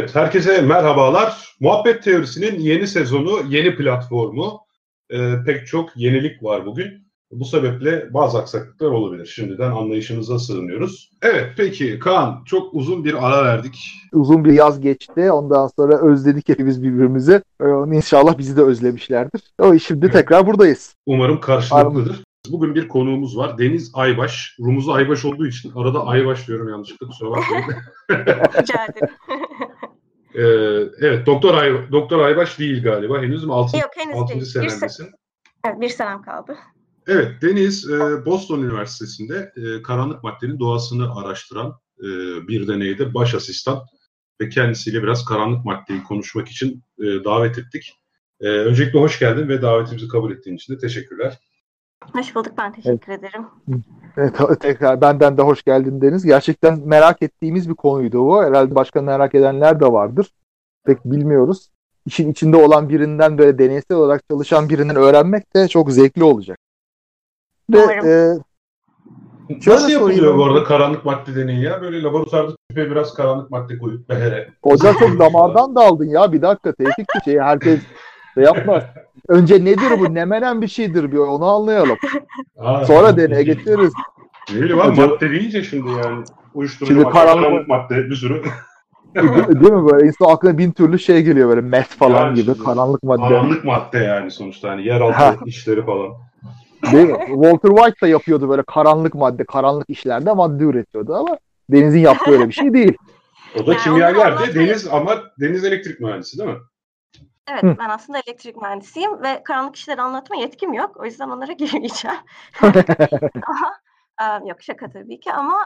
Evet, herkese merhabalar. Muhabbet Teorisi'nin yeni sezonu, yeni platformu. Pek çok yenilik var bugün. Bu sebeple bazı aksaklıklar olabilir. Şimdiden anlayışınıza sığınıyoruz. Evet, peki Kaan, çok uzun bir ara verdik. Uzun bir yaz geçti. Ondan sonra özledik hepimiz birbirimizi. İnşallah bizi de özlemişlerdir. Şimdi Evet, tekrar buradayız. umarım Aramız. karşılıklıdır. Bugün bir konuğumuz var. Deniz Aybaş. Rumuzu Aybaş olduğu için arada Aybaş diyorum yanlışlıkla, kusura bakmayın. Rica ederim. Evet, Doktor Aybaş değil galiba. Henüz mü? Yok, henüz değil. Senendesin. Evet, bir senem kaldı. Evet, Deniz Boston Üniversitesi'nde karanlık maddenin doğasını araştıran bir deneyde baş asistan ve kendisiyle biraz karanlık maddeyi konuşmak için davet ettik. Öncelikle hoş geldin ve davetimizi kabul ettiğin için de teşekkürler. Hoş bulduk, ben teşekkür ederim. Evet, tekrar benden de hoş geldin Deniz. Gerçekten merak ettiğimiz bir konuydu bu. Herhalde başka merak edenler de vardır. Pek bilmiyoruz. İşin içinde olan birinden, böyle deneysel olarak çalışan birinden öğrenmek de çok zevkli olacak. Umarım. Nasıl yapılıyor bu arada karanlık madde deneyi ya? Böyle laboratuvarda tüpe biraz karanlık madde koyup behere. Hoca çok damardan daldın ya. Bir dakika, Tevfik, bir şey. Herkes yapmaz. Önce nedir bu? Nemenen bir şeydir, bir onu anlayalım. Sonra deneye geçeriz. Ne bileyim abi, madde deyince şimdi yani. Uyuşturucu şimdi madde, karanlık madde, bir sürü. Değil mi böyle? İnsan aklına bin türlü şey geliyor, böyle meth falan yani gibi. Karanlık madde. Karanlık madde yani sonuçta. Hani yeraltı işleri falan. Değil mi? Walter White da yapıyordu böyle karanlık madde, karanlık işlerde madde üretiyordu ama Deniz'in yaptığı öyle bir şey değil. O da kimyagerdi. Deniz elektrik mühendisi değil mi? Evet, ben aslında elektrik mühendisiyim ve karanlık işleri anlatma yetkim yok. O yüzden onlara girmeyeceğim. Ama yok, şaka tabii ki, ama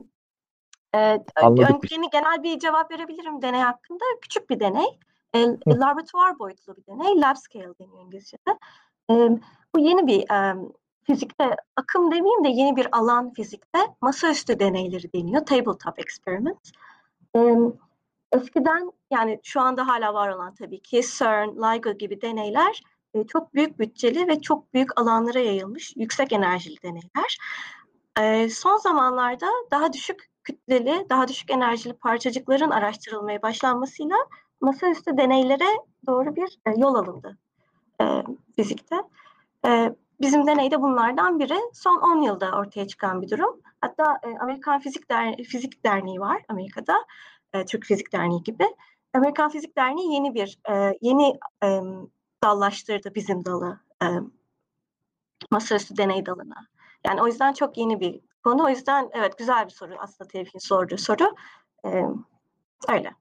genel bir cevap verebilirim deney hakkında. Küçük bir deney. Laboratuvar boyutlu bir deney. Lab scale deniyor İngilizce'de. Bu yeni bir fizikte, akım demeyeyim de yeni bir alan fizikte. Masaüstü deneyleri deniyor. Tabletop experiments. Eskiden, yani şu anda hala var olan tabii ki CERN, LIGO gibi deneyler çok büyük bütçeli ve çok büyük alanlara yayılmış yüksek enerjili deneyler. Son zamanlarda daha düşük kütleli, daha düşük enerjili parçacıkların araştırılmaya başlanmasıyla masaüstü deneylere doğru bir yol alındı fizikte. Bizim deney de bunlardan biri. Son 10 yılda ortaya çıkan bir durum. Hatta Amerikan Fizik Derneği var Amerika'da. Türk Fizik Derneği gibi. Amerikan Fizik Derneği yeni dallaştırdı bizim dalı, masaüstü deney dalına. Yani o yüzden çok yeni bir konu. O yüzden evet, güzel bir soru aslında Tevfik'in sorduğu soru. Öyle.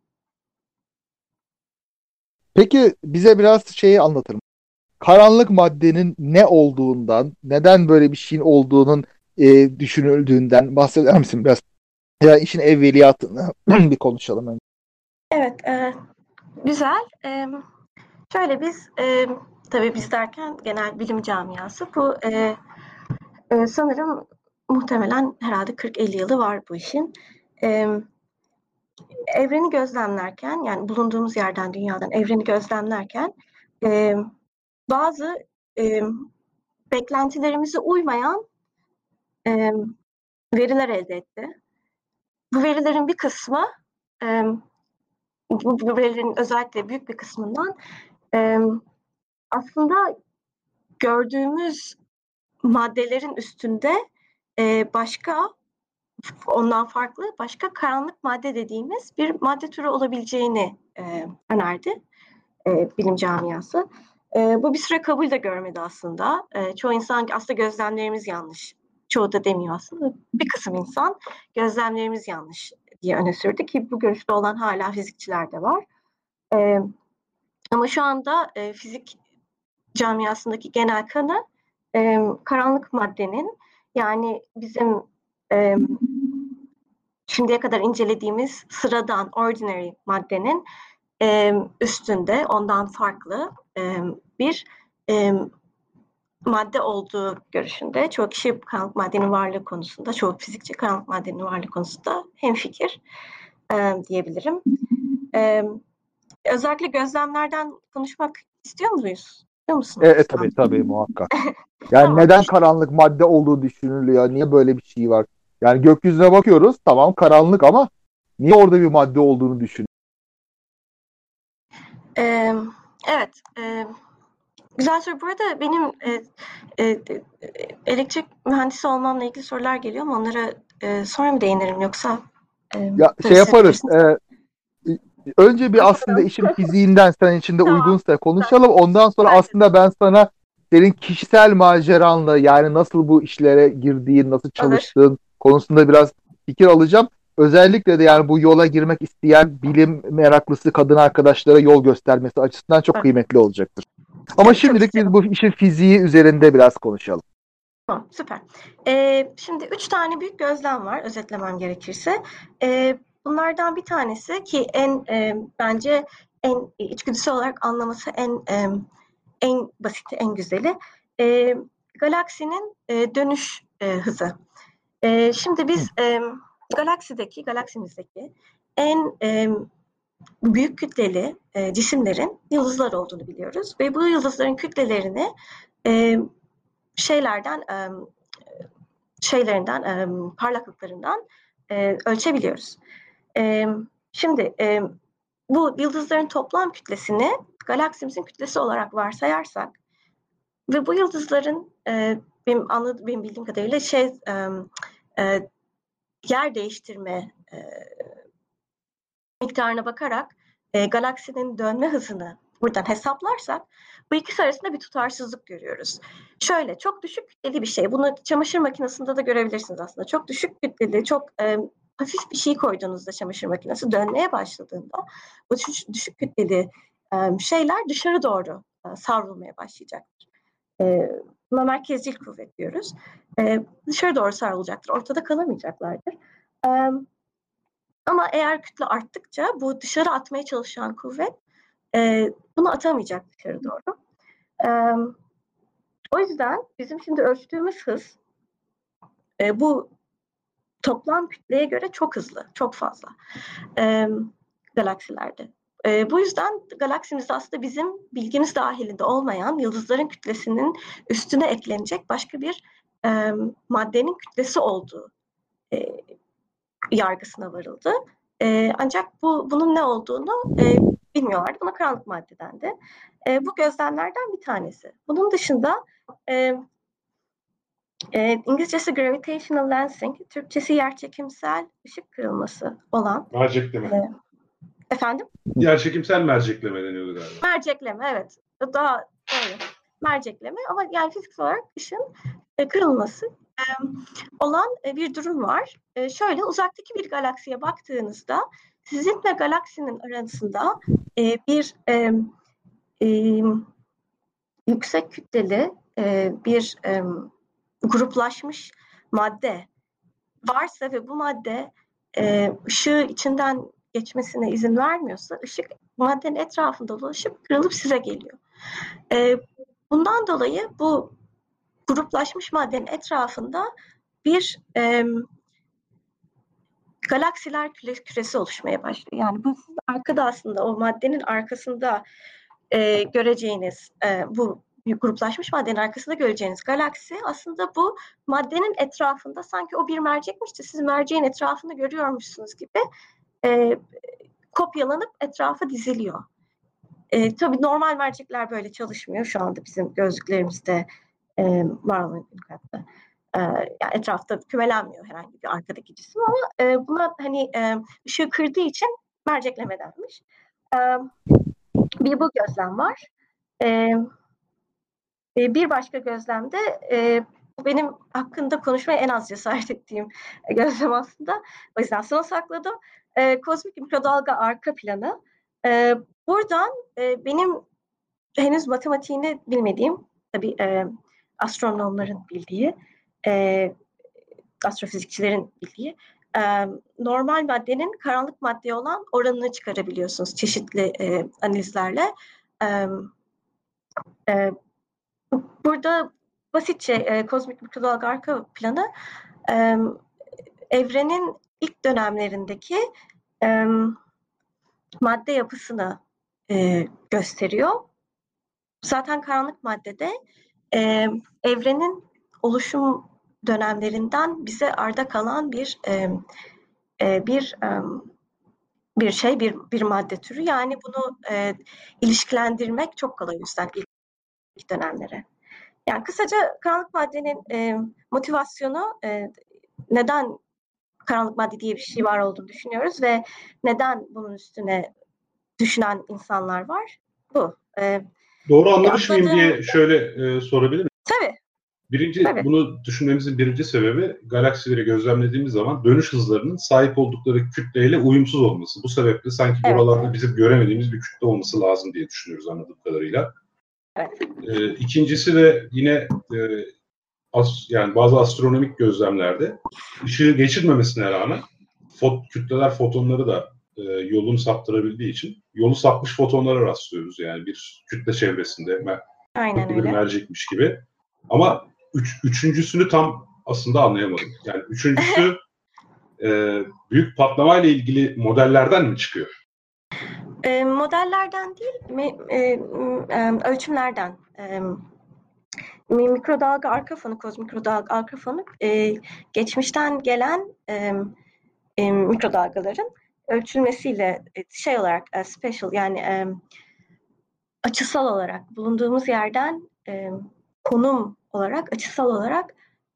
Peki bize biraz şeyi anlatır mısın? Karanlık maddenin ne olduğundan, neden böyle bir şeyin olduğunun düşünüldüğünden bahseder misin biraz? Ya işin evveliyatını bir konuşalım önce. Evet, güzel. Şöyle tabii biz derken genel bilim camiası, bu sanırım muhtemelen herhalde 40-50 yılı var bu işin. Evreni gözlemlerken, yani bulunduğumuz yerden, dünyadan evreni gözlemlerken bazı beklentilerimize uymayan veriler elde etti. Bu verilerin bir kısmı, bu verilerin özellikle büyük bir kısmından aslında gördüğümüz maddelerin üstünde ondan farklı başka karanlık madde dediğimiz bir madde türü olabileceğini önerdi bilim camiası. Bu bir süre kabul de görmedi aslında. Çoğu insan aslında gözlemlerimiz yanlış. Çoğu da demiyor aslında. Bir kısım insan gözlemlerimiz yanlış diye öne sürdü ki bu görüşte olan hala fizikçiler de var. Ama şu anda fizik camiasındaki genel kanı karanlık maddenin, yani bizim şimdiye kadar incelediğimiz sıradan ordinary maddenin üstünde, ondan farklı bir madde olduğu görüşünde. Çoğu kişi karanlık maddenin varlığı konusunda, çoğu fizikçi karanlık maddenin varlığı konusunda hemfikir diyebilirim. Özellikle gözlemlerden konuşmak istiyor muyuz? İstiyor musunuz? Tabii muhakkak. Yani Tamam. neden karanlık madde olduğu düşünülüyor? Niye böyle bir şey var? Yani gökyüzüne bakıyoruz, tamam karanlık, ama niye orada bir madde olduğunu düşün. Evet. Güzel soru. Burada benim elektrik mühendisi olmamla ilgili sorular geliyor ama onlara sonra mı değinirim yoksa Ya tabii şey siz yaparız. bilirsiniz. Önce bir aslında Kafadan. işin fiziğinden sen içinde Tamam. uygunsa konuşalım. Ondan sonra Bence de. aslında ben sana senin kişisel maceranla yani nasıl bu işlere girdiğin, nasıl Olur. çalıştığın konusunda biraz fikir alacağım. Özellikle de yani bu yola girmek isteyen bilim meraklısı kadın arkadaşlara yol göstermesi açısından çok kıymetli olacaktır. Ama Tabii, çok şimdilik biz isterim. bu işin fiziği üzerinde biraz konuşalım. Tamam, süper. Şimdi 3 tane büyük gözlem var özetlemem gerekirse. Bunlardan bir tanesi ki bence en içgüdüsel olarak anlaması en basiti, en güzeli. Galaksinin dönüş hızı. Şimdi Hı. biz galaksimizdeki en büyük kütleli cisimlerin yıldızlar olduğunu biliyoruz ve bu yıldızların kütlelerini e, şeylerden parlaklıklarından ölçebiliyoruz. Şimdi bu yıldızların toplam kütlesini galaksimizin kütlesi olarak varsayarsak ve bu yıldızların benim bildiğim kadarıyla yer değiştirme miktarına bakarak galaksinin dönme hızını buradan hesaplarsak bu ikisi arasında bir tutarsızlık görüyoruz. Şöyle çok düşük kütleli bir şey. Bunu çamaşır makinesinde de görebilirsiniz aslında. Çok düşük kütleli, çok hafif bir şey koyduğunuzda çamaşır makinesi dönmeye başladığında bu düşük kütleli şeyler dışarı doğru savrulmaya başlayacaktır. Buna merkezcil kuvvet diyoruz. Dışarı doğru savrulacaktır. Ortada kalamayacaklardır. Ama eğer kütle arttıkça bu dışarı atmaya çalışan kuvvet bunu atamayacak dışarı doğru. O yüzden bizim şimdi ölçtüğümüz hız bu toplam kütleye göre çok hızlı, çok fazla galaksilerde. Bu yüzden galaksimizde aslında bizim bilgimiz dahilinde olmayan yıldızların kütlesinin üstüne eklenecek başka bir maddenin kütlesi olduğu yargısına varıldı. Ancak bunun ne olduğunu bilmiyorlardı. Buna karanlık madde dendi. Bu gözlemlerden bir tanesi. Bunun dışında İngilizcesi gravitational lensing, Türkçesi yerçekimsel ışık kırılması olan. Mercekleme. Efendim? Yerçekimsel mercekleme deniyordu galiba. Mercekleme, evet. Daha doğru. Mercekleme ama yani fiziksel olarak ışın kırılması olan bir durum var. Şöyle uzaktaki bir galaksiye baktığınızda sizin ve galaksinin arasında bir yüksek kütleli bir gruplaşmış madde varsa ve bu madde ışığı içinden geçmesine izin vermiyorsa ışık maddenin etrafında dolaşıp kırılıp size geliyor. Bundan dolayı bu gruplaşmış maddenin etrafında bir galaksiler küresi oluşmaya başlıyor. Yani bu arkada aslında o maddenin arkasında göreceğiniz bu gruplaşmış maddenin arkasında göreceğiniz galaksi aslında bu maddenin etrafında sanki o bir mercekmiş de siz merceğin etrafını görüyormuşsunuz gibi kopyalanıp etrafa diziliyor. Tabii normal mercekler böyle çalışmıyor. Şu anda bizim gözlüklerimizde var olan imkatta. Yani etrafta kümelenmiyor herhangi bir arkadaki cisim ama buna hani ışığı kırdığı için mercekleme denmiş. Bir bu gözlem var. Bir başka gözlemde bu benim hakkında konuşmaya en az cesaret ettiğim gözlem aslında. O yüzden sona sakladım. Kozmik mikrodalga arka planı. Buradan benim henüz matematiğini bilmediğim, tabii astronomların bildiği, astrofizikçilerin bildiği normal maddenin karanlık maddeye olan oranını çıkarabiliyorsunuz çeşitli analizlerle. Burada basitçe kozmik mikrodalga arka planı evrenin ilk dönemlerindeki madde yapısını gösteriyor. Zaten karanlık maddede evrenin oluşum dönemlerinden bize arda kalan bir bir şey, bir madde türü. Yani bunu ilişkilendirmek çok kolay o yüzden ilk dönemlere. Yani kısaca karanlık maddenin motivasyonu, neden karanlık madde diye bir şey var olduğunu düşünüyoruz ve neden bunun üstüne düşünen insanlar var? Bu. Doğru anlamış mıyım Atladığım, diye şöyle sorabilir miyim? tabii, Birinci, tabii. bunu düşünmemizin birinci sebebi galaksileri gözlemlediğimiz zaman dönüş hızlarının sahip oldukları kütleyle uyumsuz olması. Bu sebeple sanki Evet, buralarda bizim göremediğimiz bir kütle olması lazım diye düşünüyoruz anladığım kadarıyla. evet. İkincisi de yine yani bazı astronomik gözlemlerde ışığı geçirmemesine rağmen kütleler fotonları da yolunu saptırabildiği için yolu sapmış fotonlara rastlıyoruz. Yani bir kütle çevresinde Aynen bir öyle. mercekmiş gibi. Ama üçüncüsünü tam aslında anlayamadım. Yani üçüncüsü büyük patlamayla ilgili modellerden mi çıkıyor? Modellerden değil, ölçümlerden. Mikrodalga arka fonu, kozmik mikrodalga arka fonu, geçmişten gelen mikrodalgaların ölçülmesiyle şey olarak special, yani açısal olarak bulunduğumuz yerden konum olarak, açısal olarak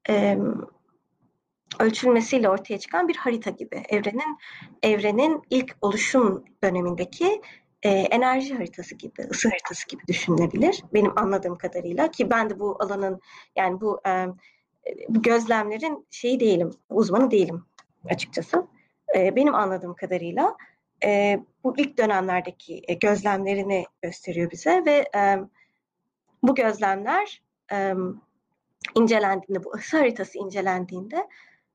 ölçülmesiyle ortaya çıkan bir harita gibi. Evrenin ilk oluşum dönemindeki enerji haritası gibi, ısı haritası gibi düşünülebilir. Benim anladığım kadarıyla, ki ben de bu alanın, yani bu gözlemlerin şeyi değilim, uzmanı değilim açıkçası. Benim anladığım kadarıyla bu ilk dönemlerdeki gözlemlerini gösteriyor bize ve bu gözlemler incelendiğinde, bu ısı haritası incelendiğinde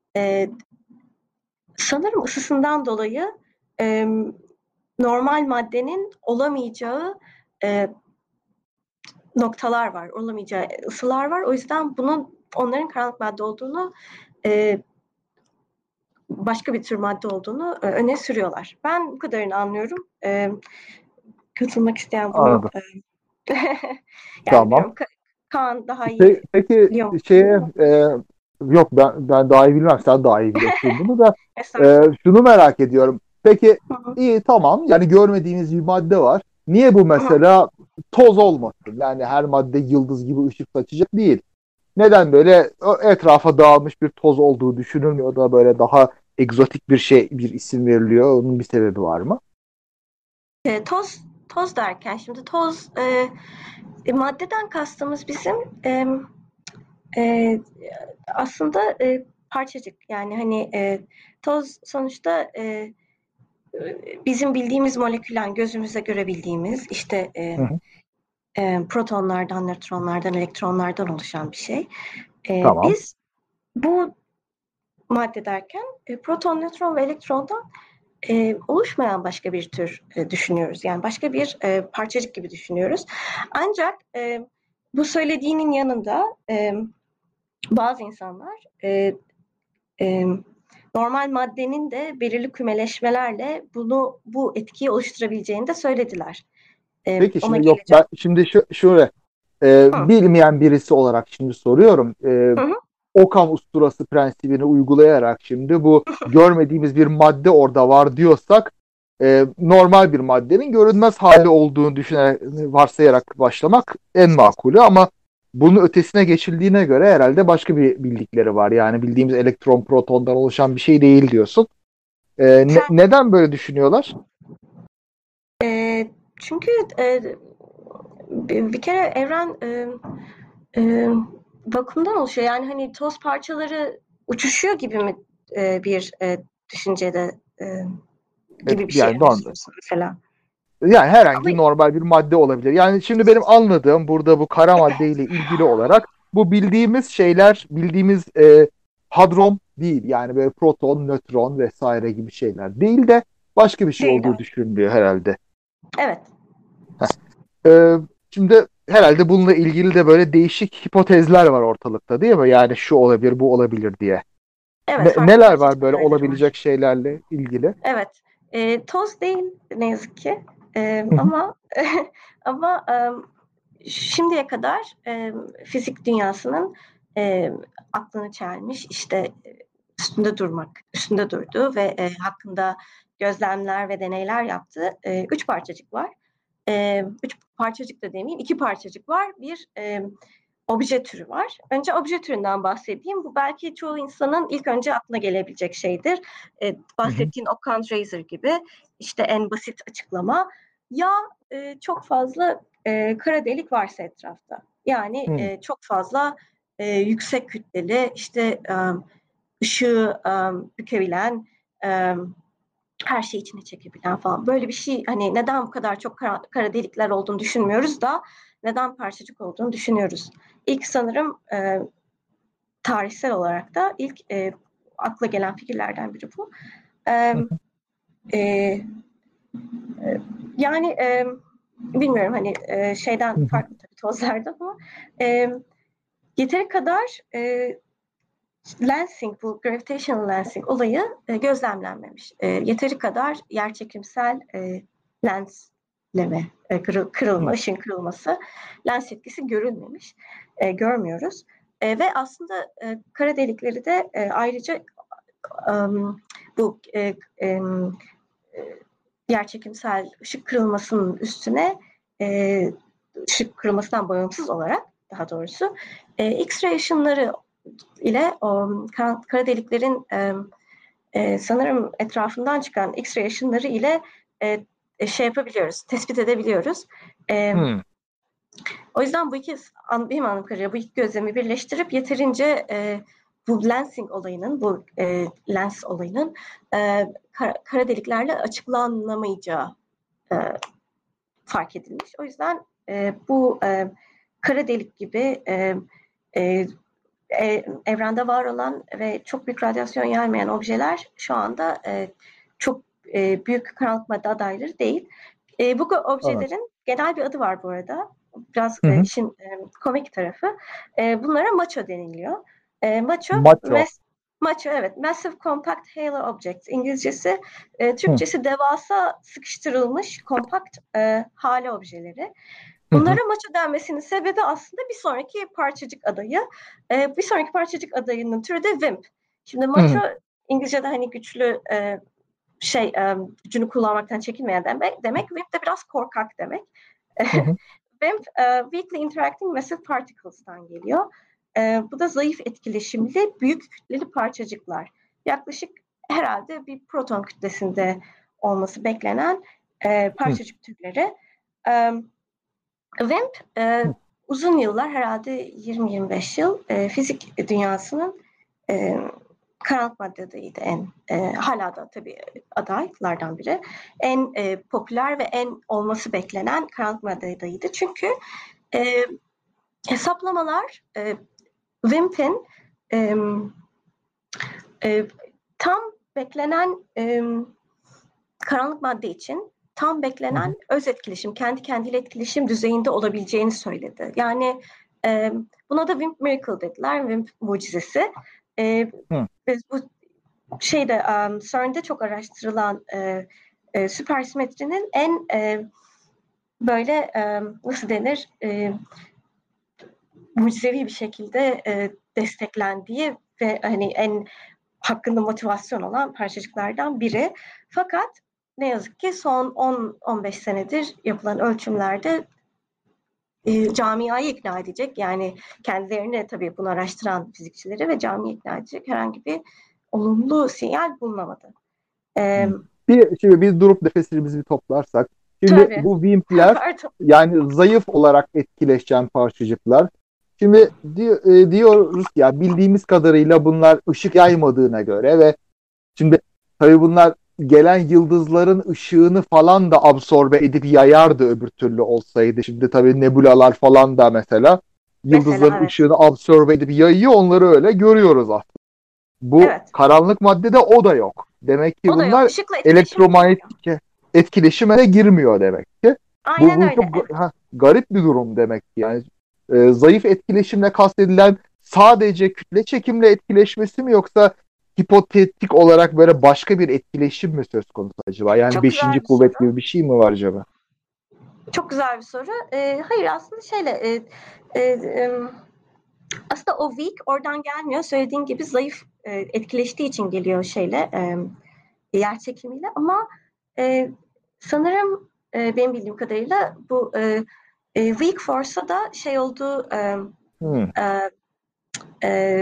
sanırım ısısından dolayı normal maddenin olamayacağı noktalar var, olamayacağı ısılar var. O yüzden onların karanlık madde olduğunu, başka bir tür madde olduğunu öne sürüyorlar. Ben bu kadarını anlıyorum. Katılmak isteyen bunu Anladım. yani Tamam. bilmiyorum, Kaan daha iyi Peki biliyor mu? yok ben daha iyi bilmem, sen daha iyi biliyorsun bunu da Estağfurullah. şunu merak ediyorum. Peki Hı hı. iyi, tamam, yani görmediğimiz bir madde var. Niye bu Hı hı. mesela toz olmasın? Yani her madde yıldız gibi ışık saçacak değil. Neden böyle etrafa dağılmış bir toz olduğu düşünülmüyor da böyle daha egzotik bir şey, bir isim veriliyor? Onun bir sebebi var mı? Toz derken, şimdi toz, maddeden kastımız bizim e, aslında parçacık, yani hani toz sonuçta bizim bildiğimiz molekülen, gözümüze görebildiğimiz işte Hı hı. protonlardan, nötronlardan, elektronlardan oluşan bir şey. Tamam. Biz bu madde derken proton, nötron ve elektrondan oluşmayan başka bir tür düşünüyoruz. Yani başka bir parçacık gibi düşünüyoruz. Ancak bu söylediğinin yanında bazı insanlar normal maddenin de belirli kümeleşmelerle bu etkiyi oluşturabileceğini de söylediler. Peki Ona şimdi yok, geleceğim. ben şimdi şöyle Hı. bilmeyen birisi olarak şimdi soruyorum. Hı hı. Occam usturası prensibini uygulayarak şimdi bu görmediğimiz bir madde orada var diyorsak normal bir maddenin görünmez hali olduğunu düşünerek, varsayarak başlamak en makulü, ama bunun ötesine geçildiğine göre herhalde başka bir bildikleri var. Yani bildiğimiz elektron protondan oluşan bir şey değil diyorsun. Neden böyle düşünüyorlar? Çünkü bir kere evren e, vakumdan oluşuyor. Yani hani toz parçaları uçuşuyor gibi mi bir düşüncede gibi bir şey Yani öne sunuyorsun mesela. Yani Ama herhangi normal bir madde olabilir. Yani şimdi benim anladığım burada bu kara madde ile ilgili olarak bu bildiğimiz şeyler, bildiğimiz hadron değil. Yani böyle proton, nötron vesaire gibi şeyler değil de başka bir şey değil, olduğu evet. düşünülüyor herhalde. Evet. E, Şimdi herhalde bununla ilgili de böyle değişik hipotezler var ortalıkta, değil mi? Yani şu olabilir, bu olabilir diye. Evet, farklı Neler bakış var böyle açıları var. olabilecek şeylerle ilgili? Evet. Toz değil ne yazık ki. Ama ama şimdiye kadar fizik dünyasının e, aklını çelmiş, işte üstünde durmak, üstünde durdu ve hakkında gözlemler ve deneyler yaptığı 3 parçacık var. 3 parçacık da demeyeyim, 2 parçacık var. Bir obje türü var. Önce obje türünden bahsedeyim. Bu belki çoğu insanın ilk önce aklına gelebilecek şeydir. Bahsettiğin Occam's Razor gibi işte en basit açıklama. Ya çok fazla kara delik varsa etrafta. Yani çok fazla yüksek kütleli işte ışığı bükebilen her şeyi içine çekebilen falan. Böyle bir şey hani neden bu kadar çok kara delikler olduğunu düşünmüyoruz da neden parçacık olduğunu düşünüyoruz. İlk sanırım tarihsel olarak da ilk akla gelen fikirlerden biri bu. Yani bilmiyorum hani şeyden farklı tabii tozlardan ama yeteri kadar lensing, bu gravitational lensing olayı gözlemlenmemiş. Yeteri kadar yerçekimsel lensleme, kırılma, ışın kırılması, lens etkisi görülmemiş, görmüyoruz. Ve aslında kara delikleri de ayrıca bu yerçekimsel ışık kırılmasının üstüne ışık kırılmasından bağımsız olarak daha doğrusu X-ray ışınları ile o kara deliklerin sanırım etrafından çıkan X-ray ışınları ile şey yapabiliyoruz, tespit edebiliyoruz. O yüzden bu iki, benim anladığım kadarıyla bu iki gözlemi birleştirip yeterince bu lensing olayının, bu lens olayının kara deliklerle açıklanamayacağı fark edilmiş. O yüzden bu kara delik gibi evrende var olan ve çok büyük radyasyon yaymayan objeler şu anda çok büyük karanlık madde adayları değil. Bu objelerin genel bir adı var bu arada. Biraz işin komik tarafı. Bunlara MACHO deniliyor. MACHO evet. Massive Compact Halo Objects. İngilizcesi, Türkçesi devasa sıkıştırılmış kompakt hale objeleri. Bunlara MACHO denmesinin sebebi aslında bir sonraki parçacık adayı. Bir sonraki parçacık adayının türü de WIMP. Şimdi MACHO İngilizce'de hani güçlü gücünü kullanmaktan çekinmeyen demek. WIMP de biraz korkak demek. WIMP, Weakly Interacting Massive Particles'tan geliyor. Bu da zayıf etkileşimli büyük kütleli parçacıklar. Yaklaşık herhalde bir proton kütlesinde olması beklenen parçacık türleri. WIMP uzun yıllar, herhalde 20-25 yıl fizik dünyasının karanlık madde adayıydı, hala da tabii adaylardan biri. En popüler ve en olması beklenen karanlık madde adayıydı. Çünkü hesaplamalar WIMP'in tam beklenen karanlık madde için tam beklenen öz etkileşim, kendi kendiyle etkileşim düzeyinde olabileceğini söyledi. Yani buna da WIMP Miracle dediler, WIMP mucizesi. Bu şeyde CERN'de çok araştırılan süpersimetrinin en böyle nasıl denir mucizevi bir şekilde desteklendiği ve hani en hakkında motivasyon olan parçacıklardan biri. Fakat ne yazık ki son 10-15 senedir yapılan ölçümlerde camiayı ikna edecek, yani kendilerini tabii bunu araştıran fizikçileri ve camiayı ikna edecek herhangi bir olumlu sinyal bulunamadı. Şimdi biz durup nefesimizi bir toplarsak. Şimdi tabii. Bu WIMP'ler yani zayıf olarak etkileşen parçacıklar. Şimdi diyoruz ya, bildiğimiz kadarıyla bunlar ışık yaymadığına göre ve şimdi tabii bunlar gelen yıldızların ışığını falan da absorbe edip yayardı öbür türlü olsaydı. Şimdi tabii nebulalar falan da mesela yıldızların ışığını absorbe edip yayıyor, onları öyle görüyoruz aslında. Bu karanlık maddede o da yok. Demek ki bunlar elektromanyetik etkileşime de girmiyor demek ki. Aynen öyle. Çok garip bir durum demek ki. Yani zayıf etkileşimle kastedilen sadece kütle çekimle etkileşmesi mi, yoksa hipotetik olarak böyle başka bir etkileşim mi söz konusu acaba? Yani çok 5. kuvvet gibi bir şey mi var acaba? Çok güzel bir soru. Hayır, aslında aslında o weak oradan gelmiyor. Söylediğin gibi zayıf etkileştiği için geliyor yer çekimiyle ama sanırım benim bildiğim kadarıyla bu weak force'a da şey olduğu e, e,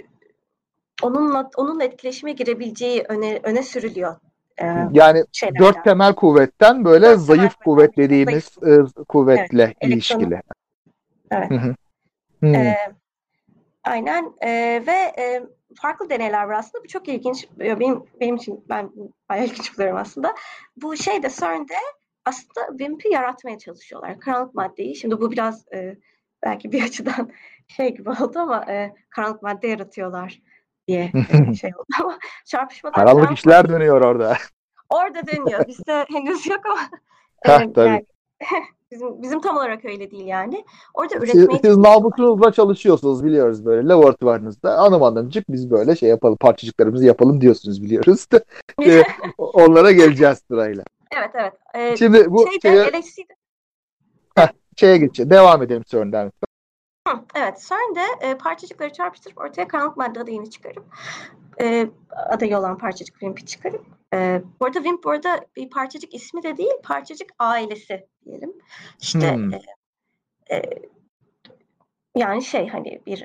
onunla etkileşime girebileceği öne sürülüyor. Yani dört Şeylerden. temel kuvvetten böyle Dört temel zayıf kuvvetten kuvvet dediğimiz zayıf. Evet, kuvvetle elektronun. ilişkili. Evet. Hı hı. Hı. Aynen ve farklı deneyler var aslında. Bu çok ilginç. Benim için ben bayağı ilginç buluyorum aslında. Bu şeyde CERN'de aslında WIMP'i yaratmaya çalışıyorlar. Karanlık maddeyi. Şimdi bu biraz belki bir açıdan şey gibi oldu ama karanlık madde yaratıyorlar diye şey oldu ama çarpışmadan Karanlık karanlık madde işler dönüyor orada. orada dönüyor. Bizde henüz yok ama Tabii. yani bizim tam olarak öyle değil yani. Orada Siz, üretmeye siz çalışıyorlar. namusunuzla çalışıyorsunuz biliyoruz böyle laboratuvarınızda. Hanım hanımcık biz böyle şey yapalım parçacıklarımızı yapalım diyorsunuz biliyoruz. E, Onlara geleceğiz sırayla. Evet evet. Şimdi bu LHC'de şeye geçeceğiz. Devam edelim CERN'den. evet, CERN'de parçacıkları çarpıştırıp ortaya karanlık madde adayını çıkarıp adayı olan parçacık WIMP'i çıkarıp bu arada WIMP bu arada bir parçacık ismi de değil, parçacık ailesi diyelim. İşte e, yani şey hani bir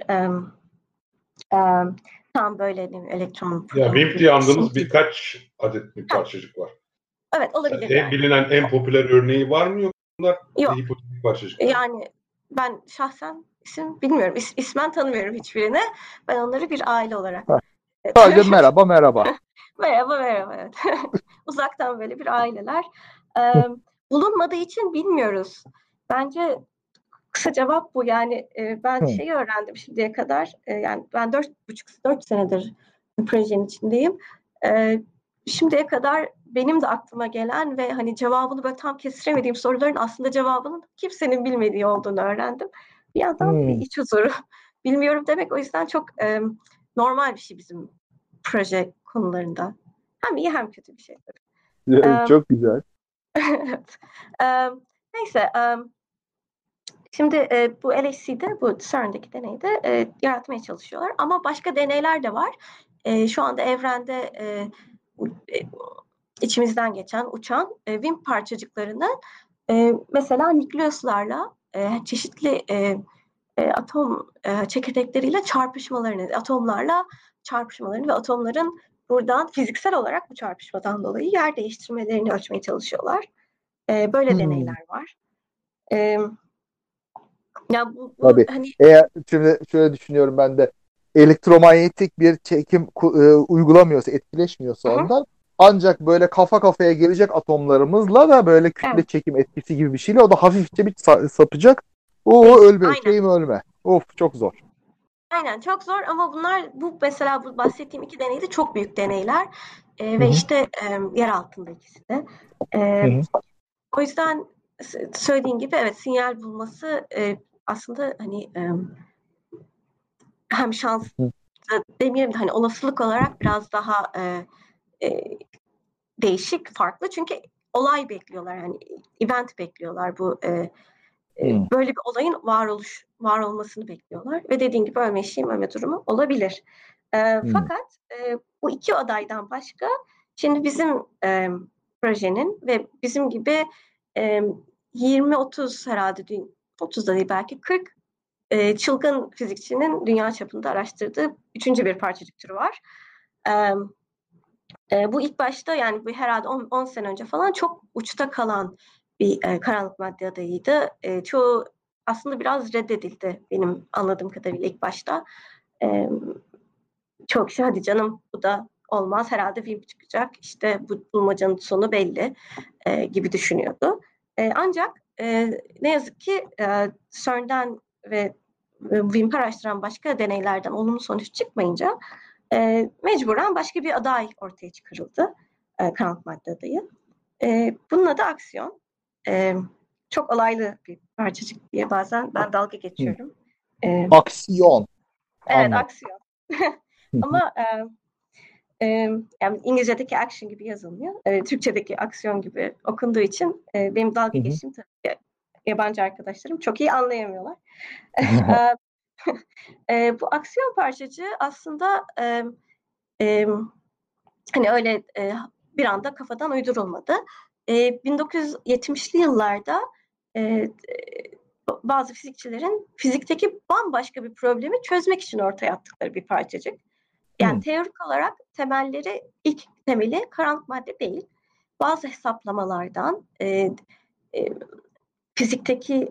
tam böyle elektron Ya proton WIMP gibi diye bir şey andığımız değil. birkaç adet bir Ha, parçacık var. evet olabilir En yani. bilinen, en popüler örneği var mı yok bunlar? Yok. Hipotetik parçacıklar. Yani ben şahsen isim bilmiyorum. İsmen tanımıyorum hiçbirini. Ben onları bir aile olarak Sadece merhaba merhaba. merhaba merhaba. Evet. Uzaktan böyle bir aileler. Ee, Bulunmadığı için bilmiyoruz. Bence kısa cevap bu. Yani ben şeyi öğrendim şimdiye kadar. Yani ben 4 senedir projenin içindeyim. Şimdiye kadar benim de aklıma gelen ve hani cevabını böyle tam kestiremediğim soruların aslında cevabının kimsenin bilmediği olduğunu öğrendim. Bir yandan bir iç huzuru. Bilmiyorum demek o yüzden çok normal bir şey bizim proje konularında. Hem iyi hem kötü bir şey tabii. Çok güzel. Evet. Neyse. Şimdi bu LHC'de, bu CERN'deki deneyde yaratmaya çalışıyorlar. Ama başka deneyler de var. Şu anda evrende içimizden geçen, uçan WIMP parçacıklarını mesela nükleuslarla çeşitli atom çekirdekleriyle çarpışmalarını, atomlarla çarpışmalarını ve atomların buradan fiziksel olarak bu çarpışmadan dolayı yer değiştirmelerini ölçmeye çalışıyorlar. Böyle deneyler var. Ya bu Tabii. hani Eğer şimdi şöyle düşünüyorum ben de elektromanyetik bir çekim uygulamıyorsa, etkileşmiyorsa hı, ondan ancak böyle kafa kafaya gelecek atomlarımızla da böyle kütle evet, çekim etkisi gibi bir şeyle o da hafifçe bir sapacak. O değil. ölme, Aynen. şeyim ölme. Of çok zor. Aynen çok zor ama bu mesela bu bahsettiğim iki deney de çok büyük deneyler. Hı Ve hı. işte yer altında ikisi de. Hı E, hı. O yüzden söylediğin gibi evet sinyal bulması aslında hani hem şans Hı demeyelim de hani olasılık olarak biraz daha e, değişik, farklı. Çünkü olay bekliyorlar yani event bekliyorlar bu hı. böyle bir olayın var olmasını bekliyorlar ve dediğin gibi ölme durumu olabilir. Hı. Fakat bu iki adaydan başka şimdi bizim projenin ve bizim gibi 20-30 herhalde 30 da değil belki 40 çılgın fizikçinin dünya çapında araştırdığı üçüncü bir parçacık türü var. Bu ilk başta yani bu herhalde 10 sene önce falan çok uçta kalan bir karanlık madde adayıydı. Çoğu aslında biraz reddedildi benim anladığım kadarıyla ilk başta. E, Çok kişi hadi canım bu da olmaz herhalde WIMP çıkacak işte bu bulmacanın sonu belli gibi düşünüyordu. Ancak ne yazık ki CERN'den ve WIMP araştıran başka deneylerden olumlu sonuç çıkmayınca mecburen başka bir aday ortaya çıkarıldı. Karanlık madde adayı. Bunun adı aksiyon. E, Çok olaylı bir parçacık diye bazen ben dalga Hı. geçiyorum. E, Aksiyon. evet Anladım. aksiyon. Ama yani İngilizce'deki action gibi yazılmıyor. Türkçe'deki aksiyon gibi okunduğu için benim dalga Hı hı. geçtiğim tabii yabancı arkadaşlarım çok iyi anlayamıyorlar. Bu aksiyon parçacığı aslında hani öyle bir anda kafadan uydurulmadı. 1970'li yıllarda bazı fizikçilerin fizikteki bambaşka bir problemi çözmek için ortaya attıkları bir parçacık. Yani teorik olarak ilk temeli karanlık madde değil. Bazı hesaplamalardan fizikteki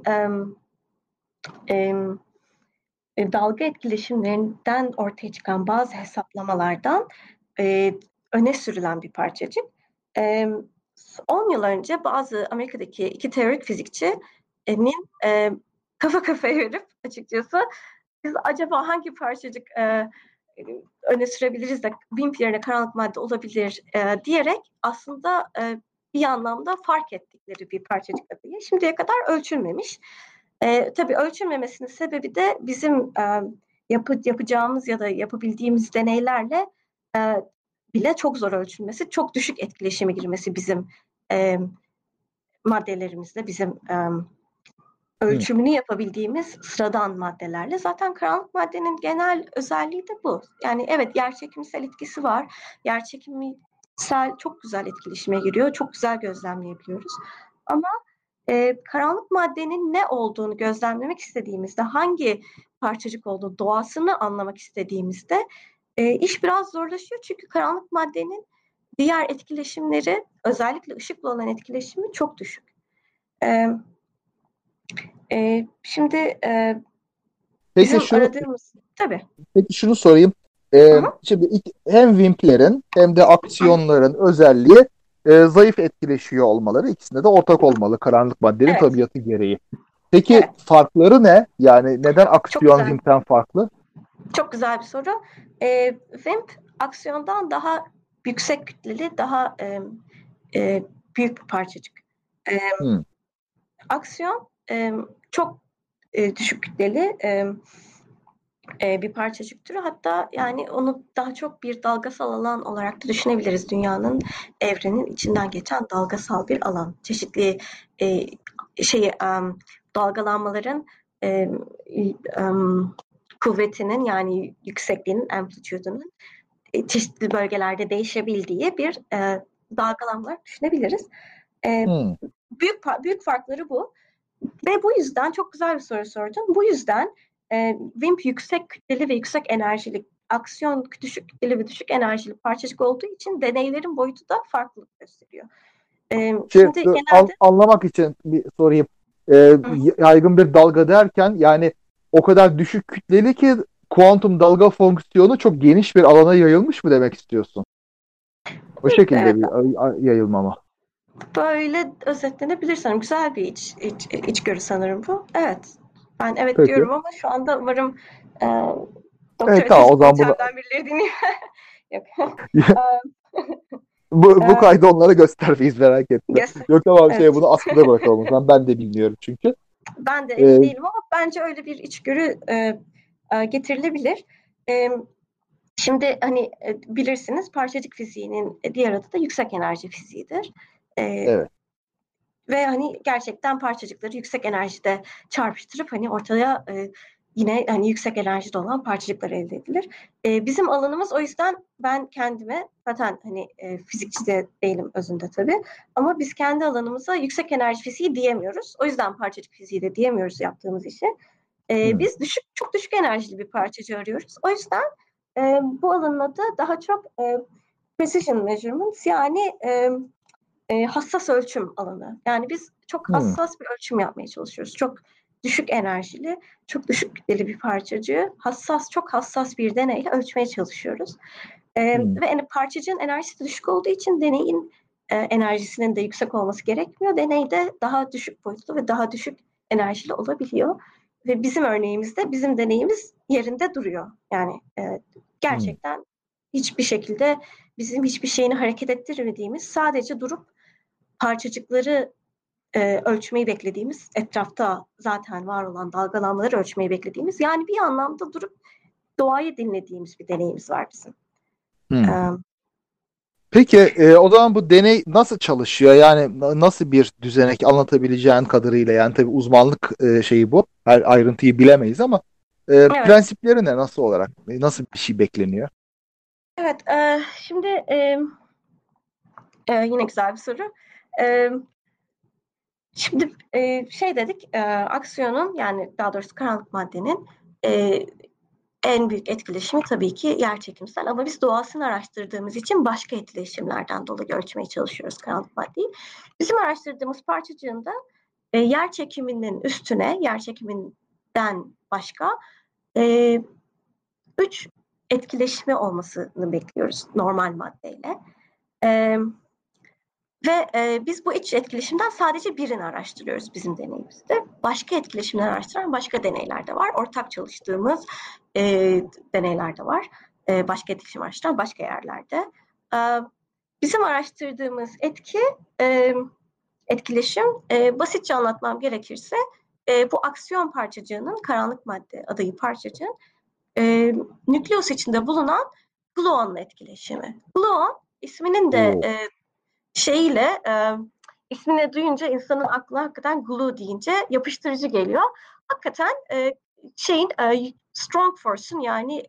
dalga etkileşimlerinden ortaya çıkan bazı hesaplamalardan öne sürülen bir parçacık. 10 yıl önce bazı Amerika'daki iki teorik fizikçinin kafa kafaya verip açıkçası biz acaba hangi parçacık öne sürebiliriz de WIMP yerine karanlık madde olabilir diyerek aslında bir anlamda fark ettikleri bir parçacık adayı. Şimdiye kadar ölçülmemiş. Tabii ölçülmemesinin sebebi de bizim yapacağımız ya da yapabildiğimiz deneylerle bile çok zor ölçülmesi, çok düşük etkileşime girmesi bizim maddelerimizle, bizim ölçümünü yapabildiğimiz sıradan maddelerle. Zaten karanlık maddenin genel özelliği de bu. Yani evet, yerçekimsel etkisi var. Yerçekimsel çok güzel etkileşime giriyor. Çok güzel gözlemleyebiliyoruz. Ama karanlık maddenin ne olduğunu gözlemlemek istediğimizde, hangi parçacık olduğunu, doğasını anlamak istediğimizde iş biraz zorlaşıyor. Çünkü karanlık maddenin diğer etkileşimleri, özellikle ışıkla olan etkileşimi çok düşük. Şimdi bizim aradığımız... Tabii. Peki şunu sorayım. Şimdi hem WIMP'lerin hem de aksiyonların özelliği zayıf etkileşiyor olmaları, ikisinde de ortak olmalı karanlık maddenin tabiatı gereği. Peki farkları ne? Yani neden aksiyon WIMP'ten farklı? Çok güzel bir soru. WIMP aksiyondan daha yüksek kütleli, daha büyük bir parçacık. Aksiyon çok düşük kütleli bir parçacık türü. Hatta yani onu daha çok bir dalgasal alan olarak da düşünebiliriz. Dünyanın, evrenin içinden geçen dalgasal bir alan. Çeşitli dalgalanmaların kuvvetinin, yani yüksekliğinin, amplitude'unun çeşitli bölgelerde değişebildiği bir dalgalanma düşünebiliriz. Büyük farkları bu. Ve bu yüzden çok güzel bir soru sordun. Bu yüzden WIMP yüksek kütleli ve yüksek enerjili, aksiyon düşük kütleli ve düşük enerjili parçacık olduğu için deneylerin boyutu da farklılık gösteriyor. Şimdi genelde... Anlamak için bir sorayım. Yaygın bir dalga derken yani o kadar düşük kütleli ki kuantum dalga fonksiyonu çok geniş bir alana yayılmış mı demek istiyorsun? O şekilde bir yayılma mı? Böyle özetlenebilir sanırım. Güzel bir içgörü sanırım bu. Evet. Ben Peki. Diyorum ama şu anda umarım o zaman birileri dinliyor. Yok. bu kaydı onlara göstermeyiz, merak etme. Yok tamam, bunu askıda bırakalım o zaman. Ben de bilmiyorum çünkü. Ben de emin değilim ama bence öyle bir içgörü getirilebilir. Şimdi hani bilirsiniz, parçacık fiziğinin diğer adı da yüksek enerji fiziğidir. Evet. Ve hani gerçekten parçacıkları yüksek enerjide çarpıştırıp hani ortaya yine hani yüksek enerjide olan parçacıklar elde edilir. Bizim alanımız, o yüzden ben kendime zaten hani fizikçi de değilim özünde tabii, ama biz kendi alanımıza yüksek enerji fiziği diyemiyoruz. O yüzden parçacık fiziği de diyemiyoruz yaptığımız işe. Biz çok düşük enerjili bir parçacığı arıyoruz. O yüzden bu alanın adı daha çok precision measurements, yani hassas ölçüm alanı. Yani biz çok hassas bir ölçüm yapmaya çalışıyoruz. Çok düşük enerjili, çok düşük kütleli bir parçacığı çok hassas bir deneyle ölçmeye çalışıyoruz. Ve yani parçacığın enerjisi de düşük olduğu için deneyin enerjisinin de yüksek olması gerekmiyor. Deney de daha düşük boyutlu ve daha düşük enerjili olabiliyor. Ve bizim örneğimizde bizim deneyimiz yerinde duruyor. Yani gerçekten hiçbir şekilde bizim hiçbir şeyini hareket ettirmediğimiz, sadece durup parçacıkları ölçmeyi beklediğimiz, etrafta zaten var olan dalgalanmaları ölçmeyi beklediğimiz, yani bir anlamda durup doğayı dinlediğimiz bir deneyimiz var bizim. Peki o zaman bu deney nasıl çalışıyor? Yani nasıl bir düzenek, anlatabileceğin kadarıyla, yani tabii uzmanlık şeyi bu. Her ayrıntıyı bilemeyiz ama prensipleri ne, nasıl olarak? Nasıl bir şey bekleniyor? Evet, şimdi Yine güzel bir soru. E, Şimdi şey dedik, aksiyonun yani daha doğrusu karanlık maddenin en büyük etkileşimi tabii ki yerçekimsel ama biz doğasını araştırdığımız için başka etkileşimlerden dolayı ölçmeye çalışıyoruz karanlık maddeyi. Bizim araştırdığımız parçacığında yer çekiminin üstüne, yer çekiminden başka 3 etkileşimi olmasını bekliyoruz normal maddeyle. Ve biz bu iç etkileşimden sadece birini araştırıyoruz bizim deneyimizde. Başka etkileşimleri araştıran başka deneyler de var. Ortak çalıştığımız deneyler de var. Başka etkileşim araştıran başka yerlerde. Bizim araştırdığımız etkileşim basitçe anlatmam gerekirse bu aksiyon parçacığının, karanlık madde adayı parçacığın nükleus içinde bulunan gluonla etkileşimi. Gluon isminin de ismini duyunca insanın aklına hakikaten glue deyince yapıştırıcı geliyor. Hakikaten strong force'un yani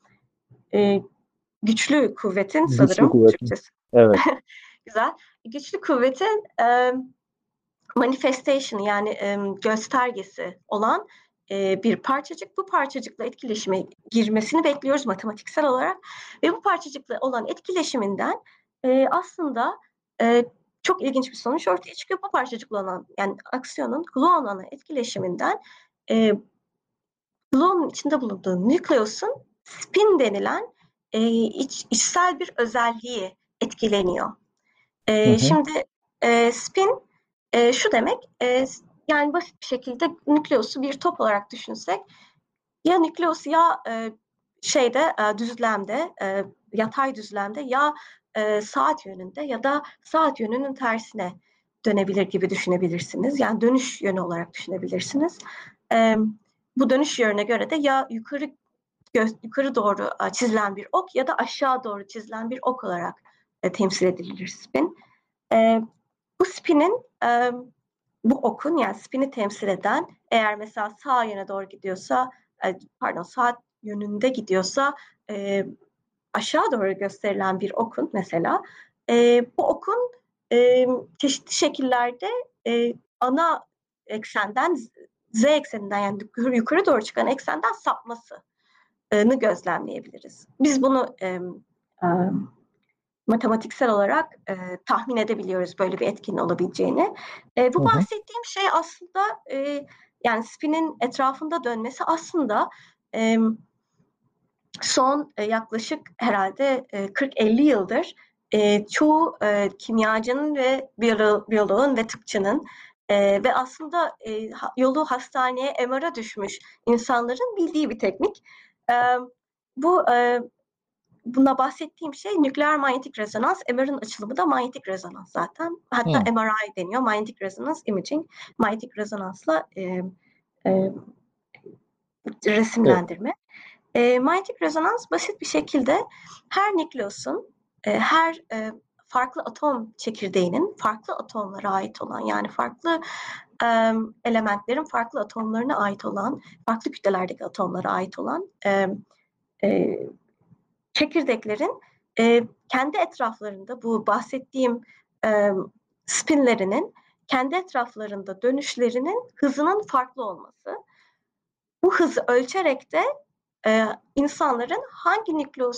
güçlü kuvvetin sanırım Türkçesi. Evet. Güzel. Güçlü kuvvetin manifestation yani göstergesi olan bir parçacık. Bu parçacıkla etkileşime girmesini bekliyoruz matematiksel olarak. Ve bu parçacıkla olan etkileşiminden aslında çok ilginç bir sonuç ortaya çıkıyor. Bu parçacıkla olan yani aksiyonun gluonla etkileşiminden gluonun içinde bulunduğu nükleosun spin denilen içsel bir özelliği etkileniyor. Şimdi spin şu demek, yani basit bir şekilde nükleosu bir top olarak düşünsek, ya nükleus ya düzlemde, yatay düzlemde ya saat yönünde ya da saat yönünün tersine dönebilir gibi düşünebilirsiniz. Yani dönüş yönü olarak düşünebilirsiniz. Bu dönüş yönüne göre de ya yukarı doğru çizilen bir ok ya da aşağı doğru çizilen bir ok olarak temsil edilir spin. Bu spinin, bu okun yani spini temsil eden eğer mesela sağ yöne doğru gidiyorsa, saat yönünde gidiyorsa aşağı doğru gösterilen bir okun mesela bu okun çeşitli şekillerde ana eksenden z ekseninden yani yukarı doğru çıkan eksenden sapmasını gözlemleyebiliriz. Biz bunu matematiksel olarak tahmin edebiliyoruz böyle bir etkinin olabileceğini. Bu bahsettiğim şey aslında yani spinin etrafında dönmesi aslında son yaklaşık herhalde 40-50 yıldır çoğu kimyacının ve biyoloğun ve tıpçının ve aslında yolu hastaneye MR'a düşmüş insanların bildiği bir teknik. Buna bahsettiğim şey nükleer manyetik rezonans. MR'ın açılımı da manyetik rezonans zaten. Hatta MRI deniyor. Manyetic Resonance Imaging. Manyetik rezonansla resimlendirme. Manyetik rezonans basit bir şekilde her nükleosun, her farklı atom çekirdeğinin farklı atomlara ait olan yani farklı elementlerin farklı atomlarına ait olan, farklı kütlelerdeki atomlara ait olan çekirdeklerin kendi etraflarında bu bahsettiğim spinlerinin kendi etraflarında dönüşlerinin hızının farklı olması. Bu hızı ölçerek de insanların hangi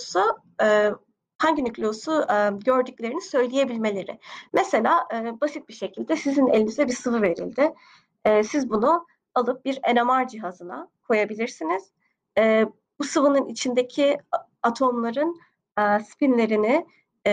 nükleosu gördüklerini söyleyebilmeleri. Mesela basit bir şekilde sizin elinize bir sıvı verildi. Siz bunu alıp bir NMR cihazına koyabilirsiniz. Bu sıvının içindeki atomların spinlerini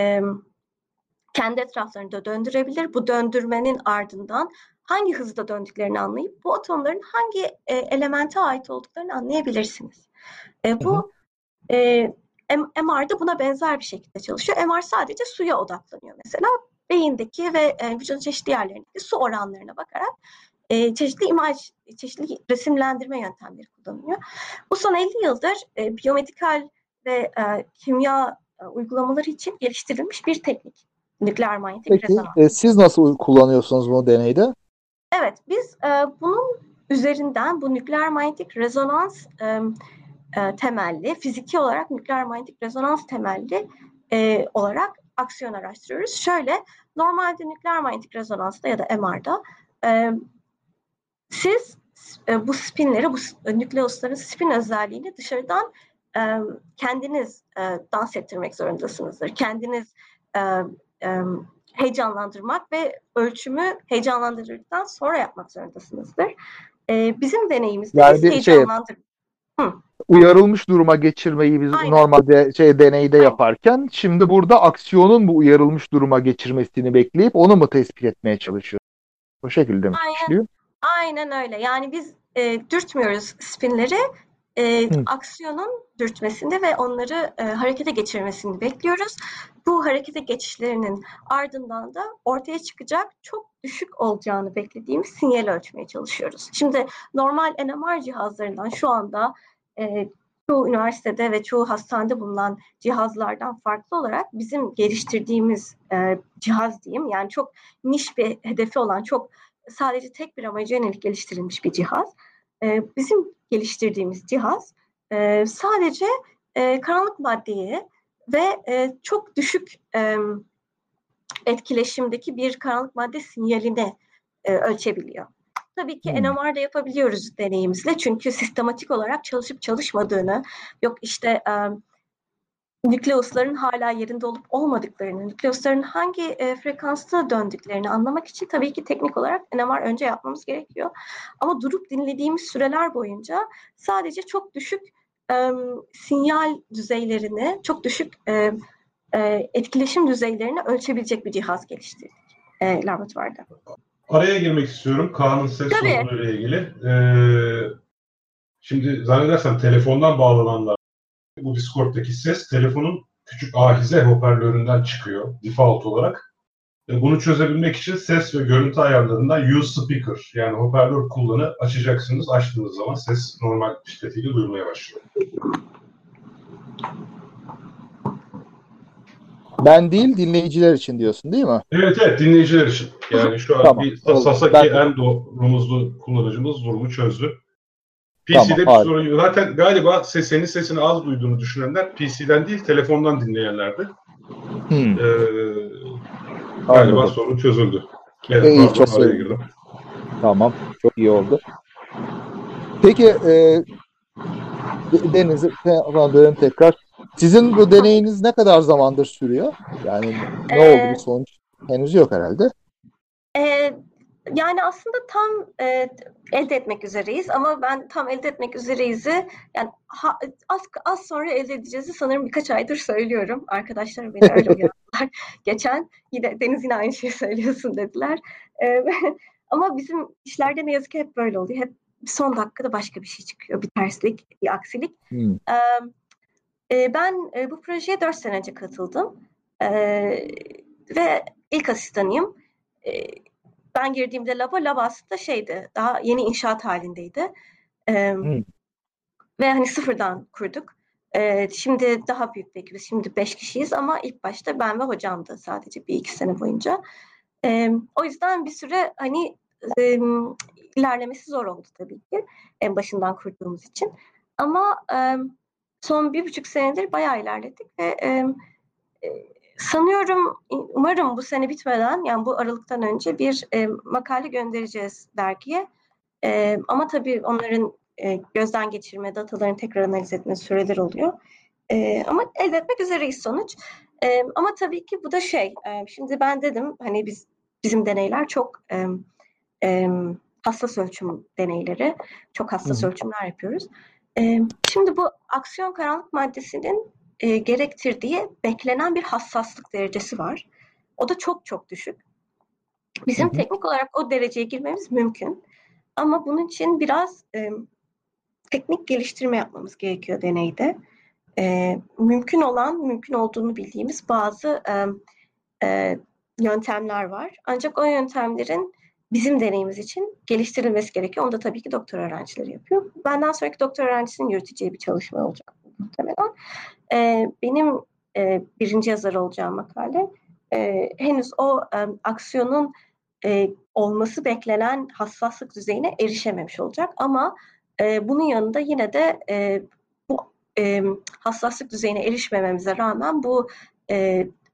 kendi etraflarında döndürebilir. Bu döndürmenin ardından hangi hızda döndüklerini anlayıp bu atomların hangi elemente ait olduklarını anlayabilirsiniz. Bu MR'da buna benzer bir şekilde çalışıyor. MR sadece suya odaklanıyor mesela. Beyindeki ve vücudun çeşitli yerlerindeki su oranlarına bakarak çeşitli resimlendirme yöntemleri kullanılıyor. Bu son 50 yıldır biyomedikal ve kimya uygulamaları için geliştirilmiş bir teknik. Nükleer manyetik rezonans. Siz nasıl kullanıyorsunuz bu deneyde? Evet, biz bunun üzerinden bu nükleer manyetik rezonans temelli, fiziki olarak nükleer manyetik rezonans temelli olarak aksiyon araştırıyoruz. Şöyle, normalde nükleer manyetik rezonansta ya da MR'da siz bu spinleri, bu nükleusların spin özelliğini dışarıdan kendiniz dans ettirmek zorundasınızdır. Kendiniz heyecanlandırmak ve ölçümü heyecanlandırdıktan sonra yapmak zorundasınızdır. Bizim deneyimizde yani biz bir uyarılmış duruma geçirmeyi biz Aynen. normalde deneyde Aynen. yaparken, şimdi burada aksiyonun bu uyarılmış duruma geçirmesini bekleyip onu mu tespit etmeye çalışıyoruz? O şekilde mi işliyor? Aynen öyle. Yani biz dürtmüyoruz spinleri. Aksiyonun dürtmesini ve onları harekete geçirmesini bekliyoruz. Bu harekete geçişlerinin ardından da ortaya çıkacak çok düşük olacağını beklediğimiz sinyali ölçmeye çalışıyoruz. Şimdi normal NMR cihazlarından şu anda çoğu üniversitede ve çoğu hastanede bulunan cihazlardan farklı olarak bizim geliştirdiğimiz cihaz diyeyim, yani çok niş bir hedefi olan, çok sadece tek bir amaca yönelik geliştirilmiş bir cihaz. Bizim geliştirdiğimiz cihaz sadece karanlık maddeyi ve çok düşük etkileşimdeki bir karanlık madde sinyalini ölçebiliyor. Tabii ki NMR'da yapabiliyoruz deneyimizle, çünkü sistematik olarak çalışıp çalışmadığını, yok işte nükleusların hala yerinde olup olmadıklarını, nükleusların hangi frekansta döndüklerini anlamak için tabii ki teknik olarak NMR önce yapmamız gerekiyor. Ama durup dinlediğimiz süreler boyunca sadece çok düşük sinyal düzeylerini, çok düşük etkileşim düzeylerini ölçebilecek bir cihaz geliştirdik laboratuvarda. Araya girmek istiyorum Kaan'ın ses sorunuyla ilgili. Şimdi zannedersem telefondan bağlananlar, bu Discord'daki ses telefonun küçük ahize hoparlöründen çıkıyor default olarak. Bunu çözebilmek için ses ve görüntü ayarlarından use speaker, yani hoparlör kullanı açacaksınız. Açtığınız zaman ses normal şiddetiyle duyulmaya başlıyor. Ben değil, dinleyiciler için diyorsun değil mi? Evet, dinleyiciler için. Yani şu an tamam. Bir Sasaki Endo rumuzlu kullanıcımız durumu çözdü. PC'de bir sorun yok. Zaten galiba senin sesini az duyduğunu düşünenler PC'den değil, telefondan dinleyenlerdi. Galiba sorun çözüldü. Evet, çok araya girdim. Tamam, çok iyi oldu. Peki Deniz, dönelim tekrar. Sizin bu deneyiniz ne kadar zamandır sürüyor? Yani ne oldu, bir sonuç henüz yok herhalde. Yani aslında tam elde etmek üzereyiz, ama ben tam elde etmek üzereyiz'i yani az sonra elde edeceğizi sanırım birkaç aydır söylüyorum. Arkadaşlarım beni öyle uyardılar. Geçen Deniz yine aynı şeyi söylüyorsun dediler. Ama bizim işlerde ne yazık ki hep böyle oluyor. Hep son dakikada başka bir şey çıkıyor. Bir terslik, bir aksilik. Ben bu projeye 4 sene önce katıldım. Ve ilk asistanıyım. Ben girdiğimde lab aslında daha yeni inşaat halindeydi. Ve hani sıfırdan kurduk. Şimdi daha büyük bir ekibiz. Şimdi 5 kişiyiz, ama ilk başta ben ve hocamdı sadece 1-2 sene boyunca. O yüzden bir süre hani ilerlemesi zor oldu tabii ki. En başından kurduğumuz için. Ama son 1,5 senedir bayağı ilerledik ve sanıyorum, umarım bu sene bitmeden, yani bu Aralık'tan önce bir makale göndereceğiz dergiye. Ama tabii onların gözden geçirme, datalarını tekrar analiz etme süreleri oluyor. Ama elde etmek üzereyiz sonuç. Ama tabii ki bu da şimdi ben dedim hani bizim deneyler çok hassas ölçüm deneyleri. Çok hassas ölçümler yapıyoruz. Şimdi bu aksiyon karanlık maddesinin gerektirdiği beklenen bir hassaslık derecesi var. O da çok çok düşük. Bizim teknik olarak o dereceye girmemiz mümkün. Ama bunun için biraz teknik geliştirme yapmamız gerekiyor deneyde. Mümkün olduğunu bildiğimiz bazı yöntemler var. Ancak o yöntemlerin bizim deneyimiz için geliştirilmesi gerekiyor. Onu da tabii ki doktor öğrencileri yapıyor. Benden sonraki doktor öğrencisinin yürüteceği bir çalışma olacak muhtemelen. Benim birinci yazar olacağım makale henüz o aksiyonun olması beklenen hassaslık düzeyine erişememiş olacak. Ama bunun yanında yine de bu hassaslık düzeyine erişmememize rağmen bu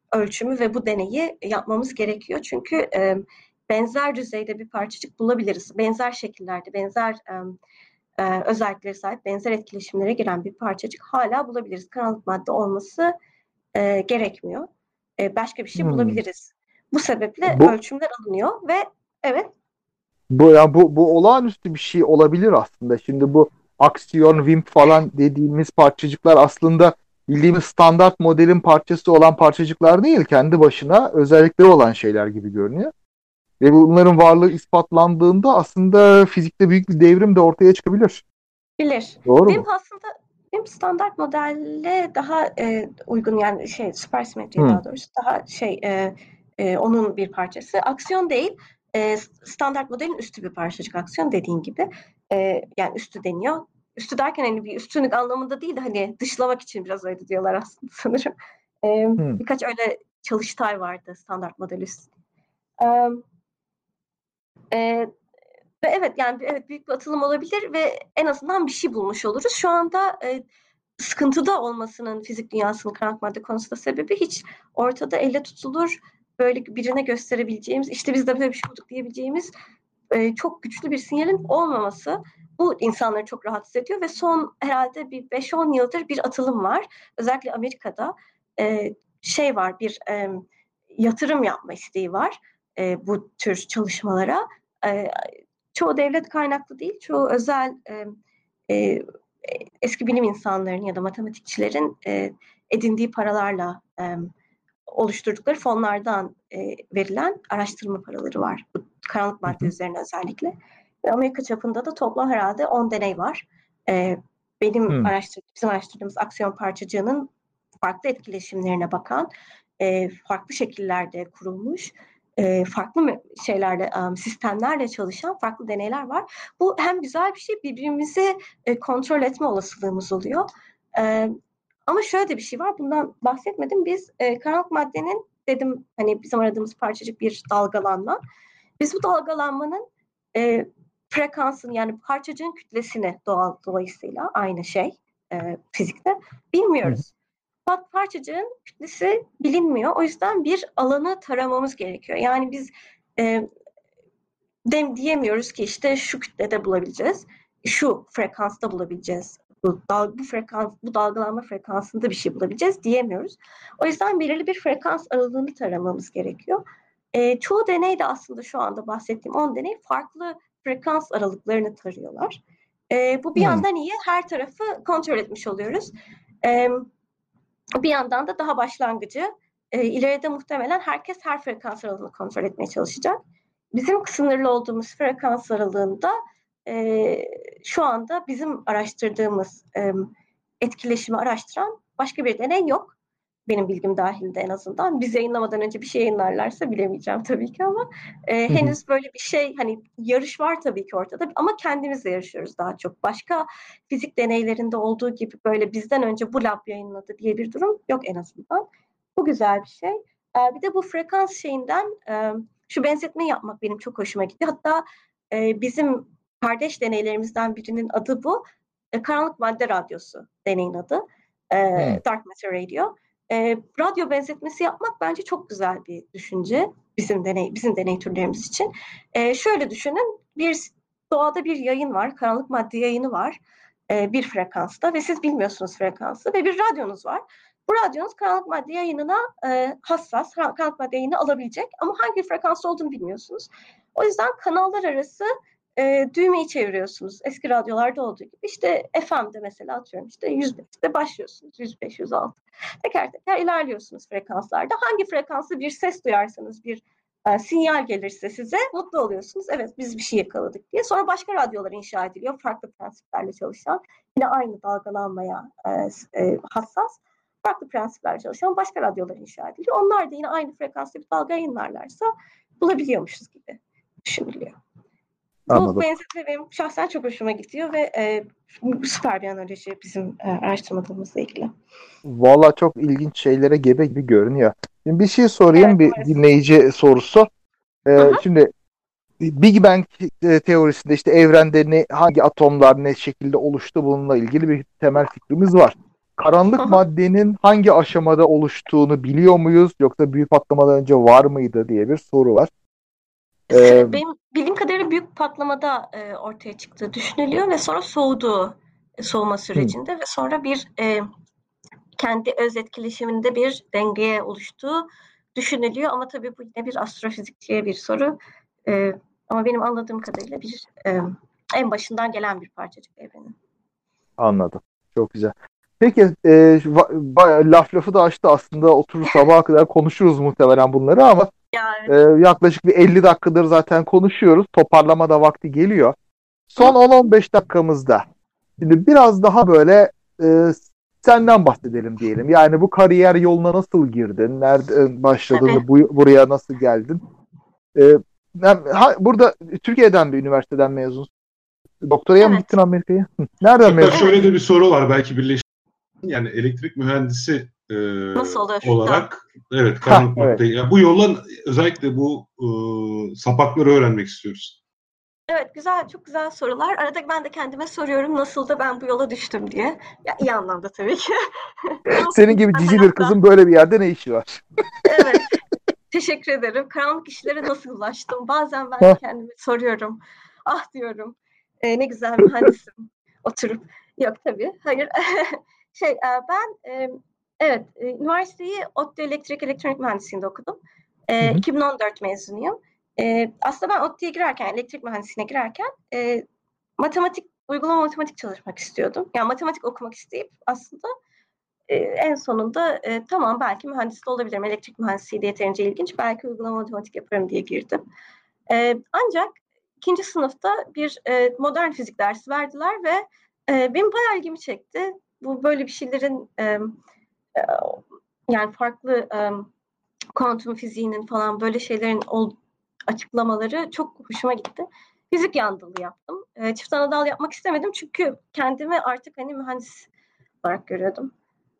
ölçümü ve bu deneyi yapmamız gerekiyor. Çünkü benzer düzeyde bir parçacık bulabiliriz. Benzer şekillerde, benzer özelliklere sahip, benzer etkileşimlere giren bir parçacık hala bulabiliriz. Karanlık madde olması gerekmiyor. Başka bir şey bulabiliriz. Bu sebeple ölçümler alınıyor ve evet. Bu olağanüstü bir şey olabilir aslında. Şimdi bu aksiyon, WIMP falan dediğimiz parçacıklar aslında bildiğimiz standart modelin parçası olan parçacıklar değil, kendi başına özellikleri olan şeyler gibi görünüyor. Ve bunların varlığı ispatlandığında aslında fizikte büyük bir devrim de ortaya çıkabilir. Doğru WIMP mu? aslında WIMP standart modelle daha uygun, yani süpersimetri daha doğrusu daha onun bir parçası. Aksiyon değil. Standart modelin üstü bir parçacık aksiyon, dediğin gibi. Yani üstü deniyor. Üstü derken hani bir üstünlük anlamında değil de hani dışlamak için biraz öyle diyorlar aslında sanırım. Birkaç öyle çalıştay vardı standart model üstü. Ve evet, yani büyük bir atılım olabilir ve en azından bir şey bulmuş oluruz. Şu anda sıkıntıda olmasının fizik dünyasının karanlık madde konusunda sebebi hiç ortada elle tutulur, böyle birine gösterebileceğimiz, işte biz de böyle bir şey bulduk diyebileceğimiz çok güçlü bir sinyalin olmaması. Bu insanları çok rahatsız ediyor ve son herhalde bir 5-10 yıldır bir atılım var. Özellikle Amerika'da var, bir yatırım yapma isteği var bu tür çalışmalara. Çoğu devlet kaynaklı değil, çoğu özel eski bilim insanlarının ya da matematikçilerin edindiği paralarla oluşturdukları fonlardan verilen araştırma paraları var. Bu karanlık madde üzerine özellikle. Ve Amerika çapında da toplam herhalde 10 deney var. Bizim araştırdığımız aksiyon parçacığının farklı etkileşimlerine bakan, farklı şekillerde kurulmuş, farklı sistemlerle çalışan farklı deneyler var. Bu hem güzel bir şey, birbirimizi kontrol etme olasılığımız oluyor. Ama şöyle de bir şey var, bundan bahsetmedim. Biz karanlık maddenin, dedim hani bizim aradığımız parçacık bir dalgalanma. Biz bu dalgalanmanın frekansını, yani parçacığın kütlesini dolayısıyla aynı fizikte bilmiyoruz. Parçacığın kütlesi bilinmiyor. O yüzden bir alanı taramamız gerekiyor. Yani biz diyemiyoruz ki işte şu kütlede bulabileceğiz, şu frekansta bulabileceğiz, bu dalgalanma frekansında bir şey bulabileceğiz diyemiyoruz. O yüzden belirli bir frekans aralığını taramamız gerekiyor. Çoğu deney de aslında şu anda bahsettiğim 10 deney farklı frekans aralıklarını tarıyorlar. Bu bir yandan iyi, her tarafı kontrol etmiş oluyoruz. Bir yandan da daha başlangıcı, ileride muhtemelen herkes her frekans aralığını kontrol etmeye çalışacak. Bizim sınırlı olduğumuz frekans aralığında şu anda bizim araştırdığımız etkileşimi araştıran başka bir deney yok. Benim bilgim dahilinde en azından. Biz yayınlamadan önce bir şey yayınlarlarsa bilemeyeceğim tabii ki ama henüz böyle bir şey, hani yarış var tabii ki ortada ama kendimizle yarışıyoruz daha çok. Başka fizik deneylerinde olduğu gibi böyle bizden önce bu lab yayınladı diye bir durum yok en azından. Bu güzel bir şey. Bir de bu frekans şeyinden şu benzetmeyi yapmak benim çok hoşuma gitti. Hatta bizim kardeş deneylerimizden birinin adı bu. Karanlık madde radyosu deneyin adı. Dark Matter Radio. Radyo benzetmesi yapmak bence çok güzel bir düşünce bizim deney türlerimiz için. Şöyle düşünün, doğada bir yayın var, karanlık madde yayını var bir frekansta ve siz bilmiyorsunuz frekansı ve bir radyonuz var. Bu radyonuz karanlık madde yayınına hassas, karanlık madde yayını alabilecek ama hangi frekans olduğunu bilmiyorsunuz. O yüzden kanallar arası düğmeyi çeviriyorsunuz. Eski radyolarda olduğu gibi. İşte FM'de mesela atıyorum işte 105'te başlıyorsunuz. 105, 106. Teker teker ilerliyorsunuz frekanslarda. Hangi frekansı bir ses duyarsanız, bir sinyal gelirse size mutlu oluyorsunuz. Evet, biz bir şey yakaladık diye. Sonra başka radyolar inşa ediliyor. Farklı prensiplerle çalışan. Yine aynı dalgalanmaya hassas. Farklı prensiplerle çalışan başka radyolar inşa ediliyor. Onlar da yine aynı frekansta bir dalga yayınlarlarsa bulabiliyormuşuz gibi düşünülüyor. Anladım. Bu benzetme benim şahsen çok hoşuma gidiyor ve süper bir analoji bizim araştırmalarımızla ilgili. Valla çok ilginç şeylere gebe gibi görünüyor. Şimdi bir şey sorayım, bir dinleyici sorusu. Şimdi Big Bang teorisinde işte evrende hangi atomlar ne şekilde oluştu, bununla ilgili bir temel fikrimiz var. karanlık maddenin hangi aşamada oluştuğunu biliyor muyuz? Yoksa büyük patlamadan önce var mıydı diye bir soru var. Benim bildiğim kadarıyla büyük patlamada ortaya çıktığı düşünülüyor ve sonra soğuma sürecinde ve sonra bir kendi öz etkileşiminde bir dengeye oluştuğu düşünülüyor. Ama tabii bu yine bir astrofizikçiye bir soru. Ama benim anladığım kadarıyla en başından gelen bir parçacık evrenin. Anladım. Çok güzel. Peki lafı da açtı aslında, oturur sabaha kadar konuşuruz muhtemelen bunları ama Yani. yaklaşık bir 50 dakikadır zaten konuşuyoruz. Toparlama da vakti geliyor. Son 10-15 dakikamızda şimdi biraz daha böyle senden bahsedelim diyelim. Yani bu kariyer yoluna nasıl girdin? Nereden başladın? Buraya nasıl geldin? Burada Türkiye'den bir üniversiteden mezunsun. Doktoraya mı gittin Amerika'ya? Nereden mezun? Şöyle de bir soru var belki birleşik. Yani elektrik mühendisi nasıl olur? olarak evet karanlık madde. Evet. Yani bu yolun özellikle bu sapakları öğrenmek istiyoruz. Evet, çok güzel sorular. Arada ben de kendime soruyorum nasıl da ben bu yola düştüm diye. Ya, iyi anlamda tabii ki. Senin gibi cici bir kızın böyle bir yerde ne işi var? Evet. Teşekkür ederim. Karanlık işlere nasıl ulaştım? Bazen ben de kendime soruyorum. Ah diyorum. Ne güzel mühendisim. Oturup. Yok tabii. Hayır. Ben evet üniversiteyi ODTÜ Elektrik Elektronik Mühendisliği'nde okudum. 2014 mezunuyum. Aslında ben ODTÜ'ye girerken, elektrik mühendisliğine girerken uygulama matematik çalışmak istiyordum. Yani matematik okumak isteyip aslında en sonunda tamam belki mühendis de olabilirim. Elektrik mühendisliği de yeterince ilginç. Belki uygulama matematik yaparım diye girdim. Ancak ikinci sınıfta bir modern fizik dersi verdiler ve benim bayağı ilgimi çekti. Bu böyle bir şeylerin yani farklı kuantum fiziğinin falan böyle şeylerin açıklamaları çok hoşuma gitti. Fizik yan dalı yaptım. Çift ana dal yapmak istemedim çünkü kendimi artık hani mühendis olarak görüyordum.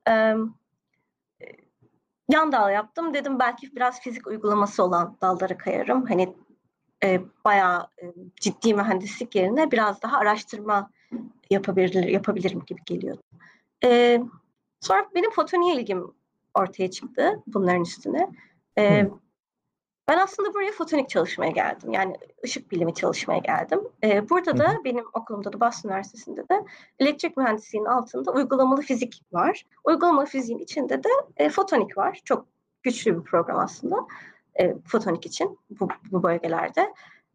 Yan dal yaptım. Dedim belki biraz fizik uygulaması olan dallara kayarım. Hani bayağı ciddi mühendislik yerine biraz daha araştırma yapabilirim gibi geliyordu. Sonra benim fotoniğe ilgim ortaya çıktı bunların üstüne. Ben aslında buraya fotonik çalışmaya geldim. Yani ışık bilimi çalışmaya geldim. Burada da benim okulumda da Boston Üniversitesi'nde de elektrik mühendisliğinin altında uygulamalı fizik var. Uygulamalı fiziğin içinde de fotonik var. Çok güçlü bir program aslında fotonik için bu bölgelerde.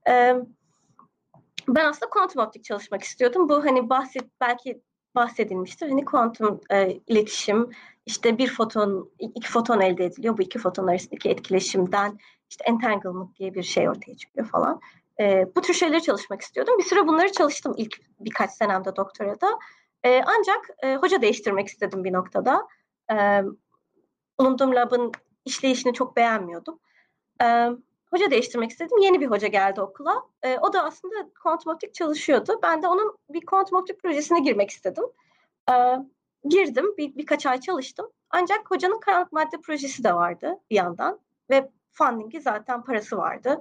Ben aslında kuantum optik çalışmak istiyordum. Bu hani belki bahsedilmiştir. Hani kuantum iletişim, işte iki foton elde ediliyor. Bu iki foton arasındaki etkileşimden işte entanglement diye bir şey ortaya çıkıyor falan. Bu tür şeyleri çalışmak istiyordum. Bir süre bunları çalıştım ilk birkaç senemde doktorada. Ancak hoca değiştirmek istedim bir noktada. Bulunduğum labın işleyişini çok beğenmiyordum. Hoca değiştirmek istedim. Yeni bir hoca geldi okula. O da aslında kuantum optik çalışıyordu. Ben de onun bir kuantum optik projesine girmek istedim. Girdim. Birkaç ay çalıştım. Ancak hocanın karanlık madde projesi de vardı bir yandan. Ve funding'i zaten parası vardı.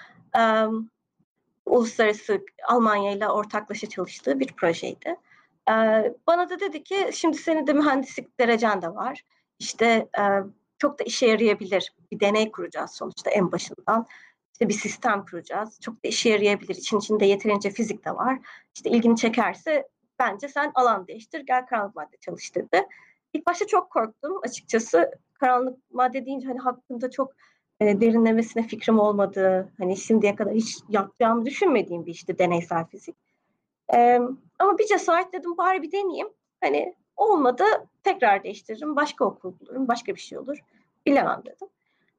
Uluslararası Almanya ile ortaklaşa çalıştığı bir projeydi. Bana da dedi ki şimdi senin de mühendislik derecen de var. İşte çok da işe yarayabilir. Bir deney kuracağız sonuçta en başından. İşte bir sistem kuracağız. Çok da işe yarayabilir. İçinde yeterince fizik de var. İşte ilgini çekerse bence sen alan değiştir. Gel karanlık madde çalış dedi. İlk başta çok korktum açıkçası. Karanlık madde deyince hani hakkında çok derinlemesine fikrim olmadığı, hani şimdiye kadar hiç yapacağımı düşünmediğim bir işti deneysel fizik. Ama bir cesaretledim bari bir deneyeyim. Hani olmadı tekrar değiştiririm. Başka okul bulurum. Başka bir şey olur. Bilemem dedim.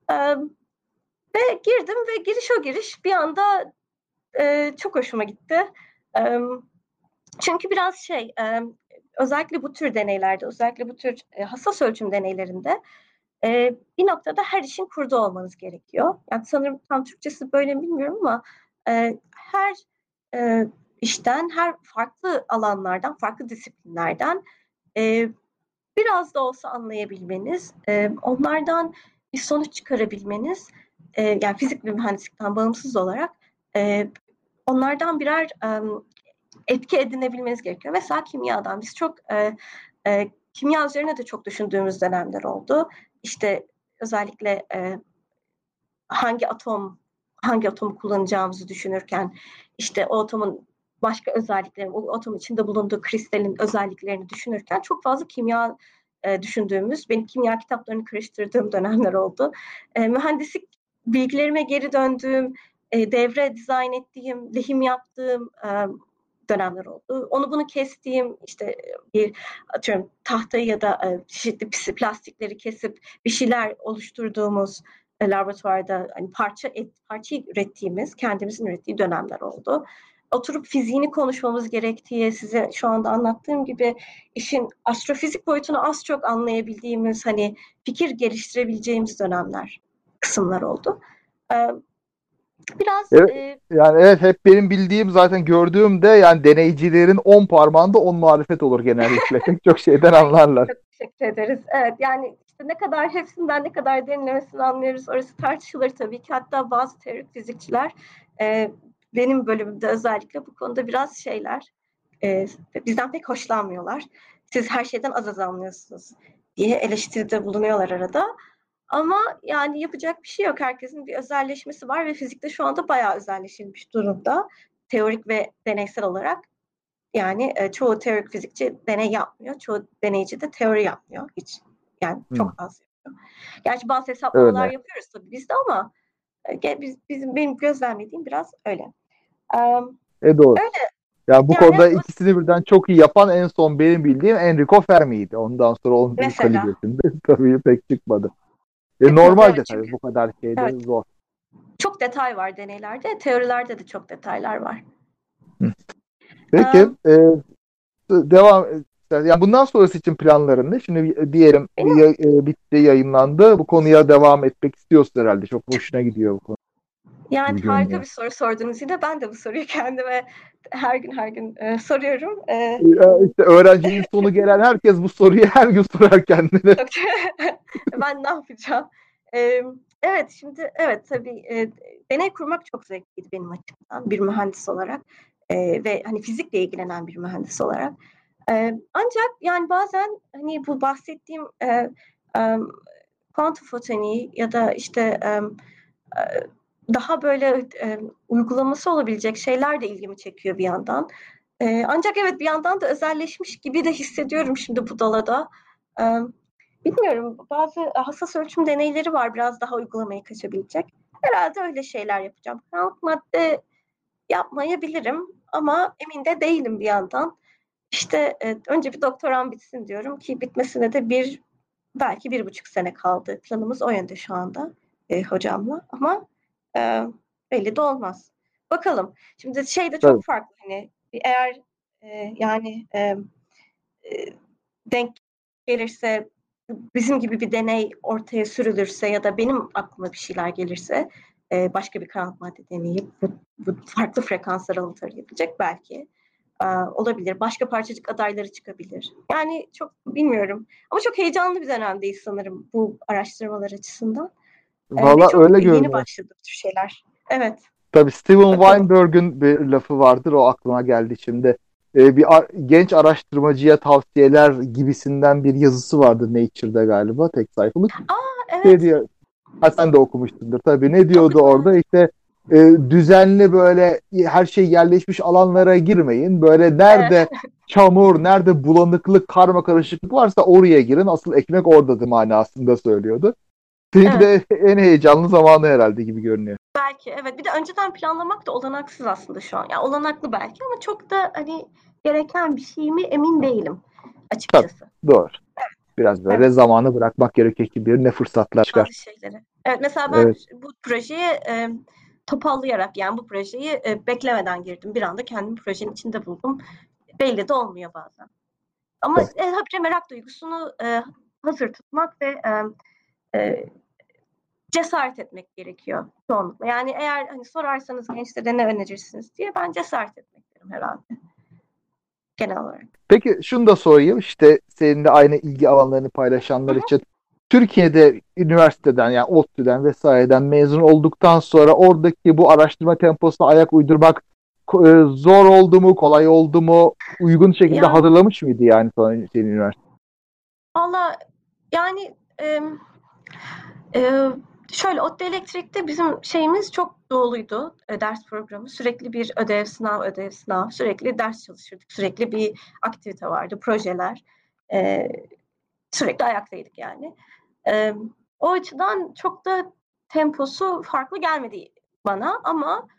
Ve girdim ve giriş bir anda çok hoşuma gitti. Çünkü biraz özellikle bu tür deneylerde, özellikle bu tür hassas ölçüm deneylerinde bir noktada her işin kurdu olmanız gerekiyor. Yani sanırım tam Türkçesi böyle mi bilmiyorum ama her işten, her farklı alanlardan, farklı disiplinlerden biraz da olsa anlayabilmeniz, onlardan bir sonuç çıkarabilmeniz, yani fizik ve mühendislikten bağımsız olarak onlardan birer etki edinebilmeniz gerekiyor. Mesela kimyadan biz çok kimya üzerine de çok düşündüğümüz dönemler oldu. İşte özellikle hangi atomu kullanacağımızı düşünürken işte o atomun başka özellikleri, o atomun içinde bulunduğu kristalin özelliklerini düşünürken çok fazla kimya düşündüğümüz, benim kimya kitaplarını karıştırdığım dönemler oldu. Mühendislik bilgilerime geri döndüğüm, devre dizayn ettiğim, lehim yaptığım dönemler oldu. Onu bunu kestiğim, işte bir atıyorum tahtayı ya da çeşitli plastikleri kesip bir şeyler oluşturduğumuz laboratuvarda hani parça ürettiğimiz, kendimizin ürettiği dönemler oldu. Oturup fiziğini konuşmamız gerektiği, size şu anda anlattığım gibi işin astrofizik boyutunu az çok anlayabildiğimiz, hani fikir geliştirebileceğimiz kısımlar oldu. Biraz Evet, yani evet, hep benim bildiğim, zaten gördüğüm de yani deneycilerin 10 parmağında 10 marifet olur genellikle. Pek çok şeyden anlarlar. Çok teşekkür ederiz. Evet, yani işte hepsinden ne kadar derinlemesine anlıyoruz orası tartışılır tabii ki. Hatta bazı teorik fizikçiler benim bölümümde özellikle bu konuda biraz bizden pek hoşlanmıyorlar. Siz her şeyden az anlıyorsunuz diye eleştiride bulunuyorlar arada. Ama yani yapacak bir şey yok. Herkesin bir özelleşmesi var ve fizikte şu anda bayağı özelleşilmiş durumda. Teorik ve deneysel olarak. Yani çoğu teorik fizikçi deney yapmıyor. Çoğu deneyci de teori yapmıyor hiç. Yani çok az yapıyor. Gerçi bazı hesaplamalar Öyle. yapıyoruz tabii biz de ama benim gözlemlediğim biraz öyle. Doğru. Öyle. Yani bu Yani konuda ikisini birden çok iyi yapan en son benim bildiğim Enrico Fermi'ydi. Ondan sonra onun büyük mesela kalibresinde tabii pek çıkmadı. çıkmadı, Normalde evet, tabii çünkü bu kadar şeyde evet, zor. çok detay var deneylerde. Teorilerde de çok detaylar var. Peki devam. Yani bundan sonrası için planların ne? Şimdi diyelim bitti, yayınlandı. Bu konuya devam etmek istiyorsun herhalde. Çok hoşuna gidiyor bu konu Yani gibi harika görünüyor. bir soru sordunuz yine. Ben de bu soruyu kendime her gün soruyorum. İşte öğrenciliğin sonu gelen herkes bu soruyu her gün sorar kendine. Ben ne yapacağım? Evet, şimdi tabii deney kurmak çok zevkliydi benim açımdan bir mühendis olarak ve hani fizikle ilgilenen bir mühendis olarak. Ancak yani bazen hani bu bahsettiğim kuantum fotoniği ya da işte daha böyle uygulaması olabilecek şeyler de ilgimi çekiyor bir yandan. Ancak evet, bir yandan da özelleşmiş gibi de hissediyorum şimdi bu dalada. Bilmiyorum, bazı hassas ölçüm deneyleri var biraz daha uygulamaya kaçabilecek. Herhalde öyle şeyler yapacağım. Karanlık madde yapmayabilirim ama emin de değilim bir yandan. İşte önce bir doktoram bitsin diyorum ki bitmesine de belki 1,5 sene kaldı. Planımız o yönde şu anda hocamla ama e, belli de olmaz. Bakalım. Şimdi şey de Tabii. çok farklı, hani eğer yani denk gelirse, bizim gibi bir deney ortaya sürülürse ya da benim aklıma bir şeyler gelirse başka bir karanlık madde deneyi bu farklı frekanslar alanı tarayabilecek belki olabilir. Başka parçacık adayları çıkabilir. Yani çok bilmiyorum. Ama çok heyecanlı bir dönemdeyiz sanırım bu araştırmalar açısından. Ve Valla çok öyle yeni görünüyor. başladı bu tür şeyler. Evet, Tabii Steven bakalım. Weinberg'ün bir lafı vardır, o aklıma geldi şimdi. Genç araştırmacıya tavsiyeler gibisinden bir yazısı vardı Nature'da galiba, tek sayfalık. Şey Evet, diyor, ha, sen de okumuşsundur tabii. Ne diyordu okudum, evet. orada? İşte düzenli böyle her şey yerleşmiş alanlara girmeyin. Böyle Evet, nerede çamur, nerede bulanıklık, karma karışıklık varsa oraya girin. Asıl ekmek oradadır manasında söylüyordu. Seninki evet. de en heyecanlı zamanı herhalde gibi görünüyor. Belki evet. Bir de önceden planlamak da olanaksız aslında şu an. Yani olanaklı belki ama çok da hani gereken bir şey mi emin değilim Tabii, açıkçası. doğru. Biraz böyle Evet. zamanı bırakmak gerekiyor ki bir ne fırsatlar çıkar. Bazı şeyleri. Evet, mesela ben Evet, bu projeye topallayarak, yani bu projeyi beklemeden girdim. Bir anda kendimi projenin içinde buldum. Belli de olmuyor bazen. Ama tabii. habire merak duygusunu hazır tutmak ve e, cesaret etmek gerekiyor çoğunlukla. Yani eğer hani sorarsanız gençlere ne önerirsiniz diye, ben cesaret etmek derim herhalde genel olarak. Peki şunu da sorayım, işte seninle aynı ilgi alanlarını paylaşanlar Hı hı. için. Türkiye'de üniversiteden, yani ODTÜ'den vesaireden mezun olduktan sonra oradaki bu araştırma temposuna ayak uydurmak zor oldu mu, kolay oldu mu, uygun şekilde Yani hazırlamış mıydı yani senin üniversite? Valla yani şöyle ODTÜ Elektrik'te bizim şeyimiz çok doluydu, ders programı. Sürekli bir ödev, sınav, sürekli ders çalışırdık. Sürekli bir aktivite vardı, projeler. E, Sürekli ayaktaydık yani. O açıdan çok da temposu farklı gelmedi bana ama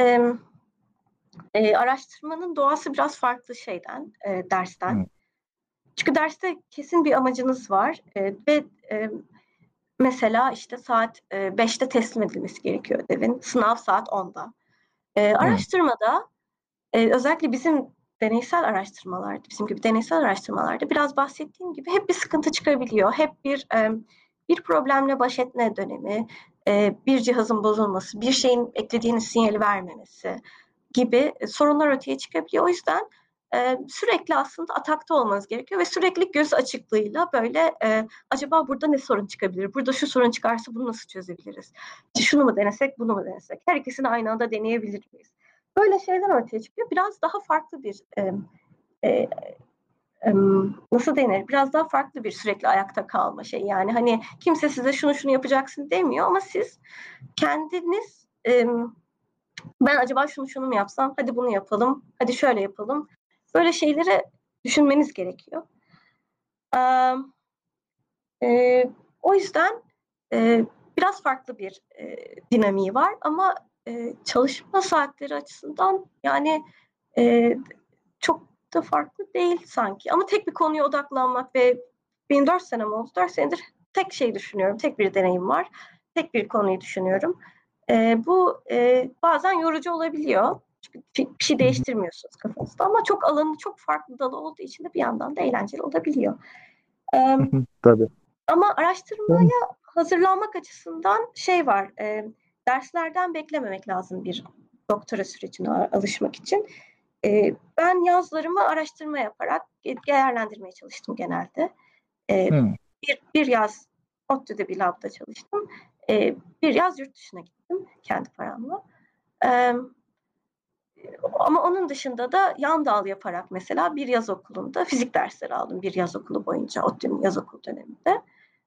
araştırmanın doğası biraz farklı şeyden, dersten. Çünkü derste kesin bir amacınız var ve mesela işte saat 5'te teslim edilmesi gerekiyor ödevin. Sınav saat 10'da. Araştırmada özellikle bizim deneysel araştırmalarda, bizim gibi deneysel araştırmalarda biraz bahsettiğim gibi hep bir sıkıntı çıkabiliyor. Hep bir problemle baş etme dönemi, bir cihazın bozulması, bir şeyin beklediğiniz sinyali vermemesi gibi sorunlar ortaya çıkabiliyor. O yüzden sürekli aslında atakta olmanız gerekiyor ve sürekli göz açıklığıyla böyle acaba burada ne sorun çıkabilir? Burada şu sorun çıkarsa bunu nasıl çözebiliriz? İşte şunu mu denesek, bunu mu denesek? Her ikisini aynı anda deneyebilir miyiz? Böyle şeyler ortaya çıkıyor. Biraz daha farklı bir nasıl denir? Biraz daha farklı bir sürekli ayakta kalma şey. Yani hani kimse size şunu yapacaksın demiyor ama siz kendiniz ben acaba şunu mu yapsam? Hadi bunu yapalım. Hadi şöyle yapalım. Böyle şeyleri düşünmeniz gerekiyor. O yüzden biraz farklı bir dinamiği var ama çalışma saatleri açısından yani çok da farklı değil sanki. Ama tek bir konuya odaklanmak ve benim 4 senem oldu. 4 senedir tek şey düşünüyorum. Tek bir deneyim var. Tek bir konuyu düşünüyorum. Bu bazen yorucu olabiliyor. Çünkü bir şey değiştirmiyorsunuz kafanızda. Ama çok alanı çok farklı dalı olduğu için de bir yandan da eğlenceli olabiliyor. Tabii. Ama araştırmaya hazırlanmak açısından şey var. Derslerden beklememek lazım bir doktora sürecine alışmak için. Ben yazlarımı araştırma yaparak değerlendirmeye çalıştım genelde. Bir yaz ODTÜ'de bir labda çalıştım. Bir yaz yurt dışına gittim kendi paramla. Ama onun dışında da yan dal yaparak mesela bir yaz okulunda fizik dersleri aldım. Bir yaz okulu boyunca ODTÜ'nün yaz okulu döneminde.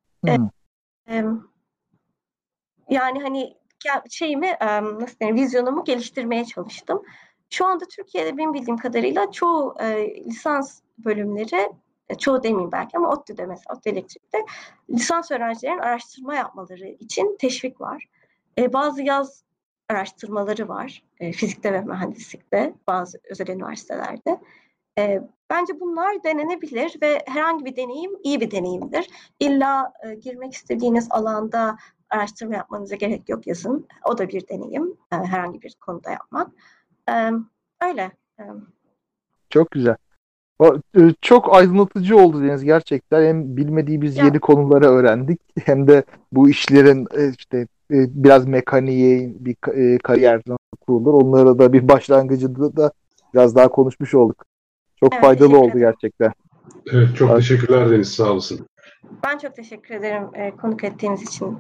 Yani hani nasıl diyeyim, vizyonumu geliştirmeye çalıştım. Şu anda Türkiye'de benim bildiğim kadarıyla çoğu lisans bölümleri, çoğu demeyeyim belki ama ODTÜ'de mesela, ODTÜ Elektrik'te lisans öğrencilerin araştırma yapmaları için teşvik var. Bazı yaz araştırmaları var. Fizikte ve mühendislikte bazı özel üniversitelerde. Bence bunlar denenebilir ve herhangi bir deneyim iyi bir deneyimdir. İlla girmek istediğiniz alanda araştırma yapmanıza gerek yok yazın. O da bir deneyim. Herhangi bir konuda yapmak. Öyle. Çok güzel. Çok aydınlatıcı oldu Deniz gerçekten. Hem bilmediğimiz yeni konuları öğrendik hem de bu işlerin biraz mekaniği, bir kariyer nasıl kurulur onlara da bir başlangıcında da biraz daha konuşmuş olduk. Çok faydalı oldu gerçekten. Evet, çok teşekkürler Deniz, sağ olasın. Ben çok teşekkür ederim konuk ettiğiniz için.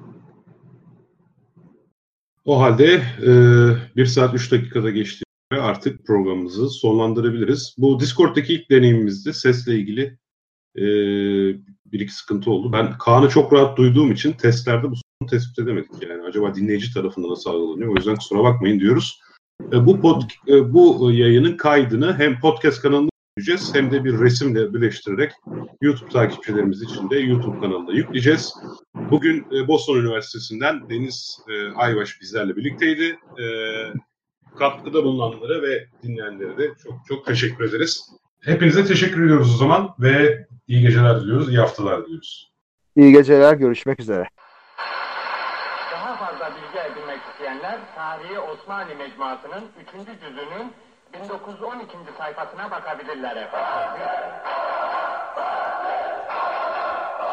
O halde 1 saat 3 dakikada geçti ve artık programımızı sonlandırabiliriz. Bu Discord'daki ilk deneyimimizde sesle ilgili bir iki sıkıntı oldu. Ben Kaan'ı çok rahat duyduğum için testlerde bu sorunu tespit edemedik yani. Acaba dinleyici tarafından nasıl algılanıyor? O yüzden kusura bakmayın diyoruz. Bu yayının kaydını hem podcast kanalına yükleyeceğiz hem de bir resimle birleştirerek YouTube takipçilerimiz için de YouTube kanalına yükleyeceğiz. Bugün Boston Üniversitesi'nden Deniz Aybaş bizlerle birlikteydi. Katkıda bulunanlara ve dinleyenlere de çok çok teşekkür ederiz. Hepinize teşekkür ediyoruz o zaman ve iyi geceler diliyoruz, iyi haftalar diliyoruz. İyi geceler, görüşmek üzere. Daha fazla bilgi edinmek isteyenler Tarihi Osmanlı Mecmuası'nın 3. cüzünün 1912. sayfasına bakabilirler efendim.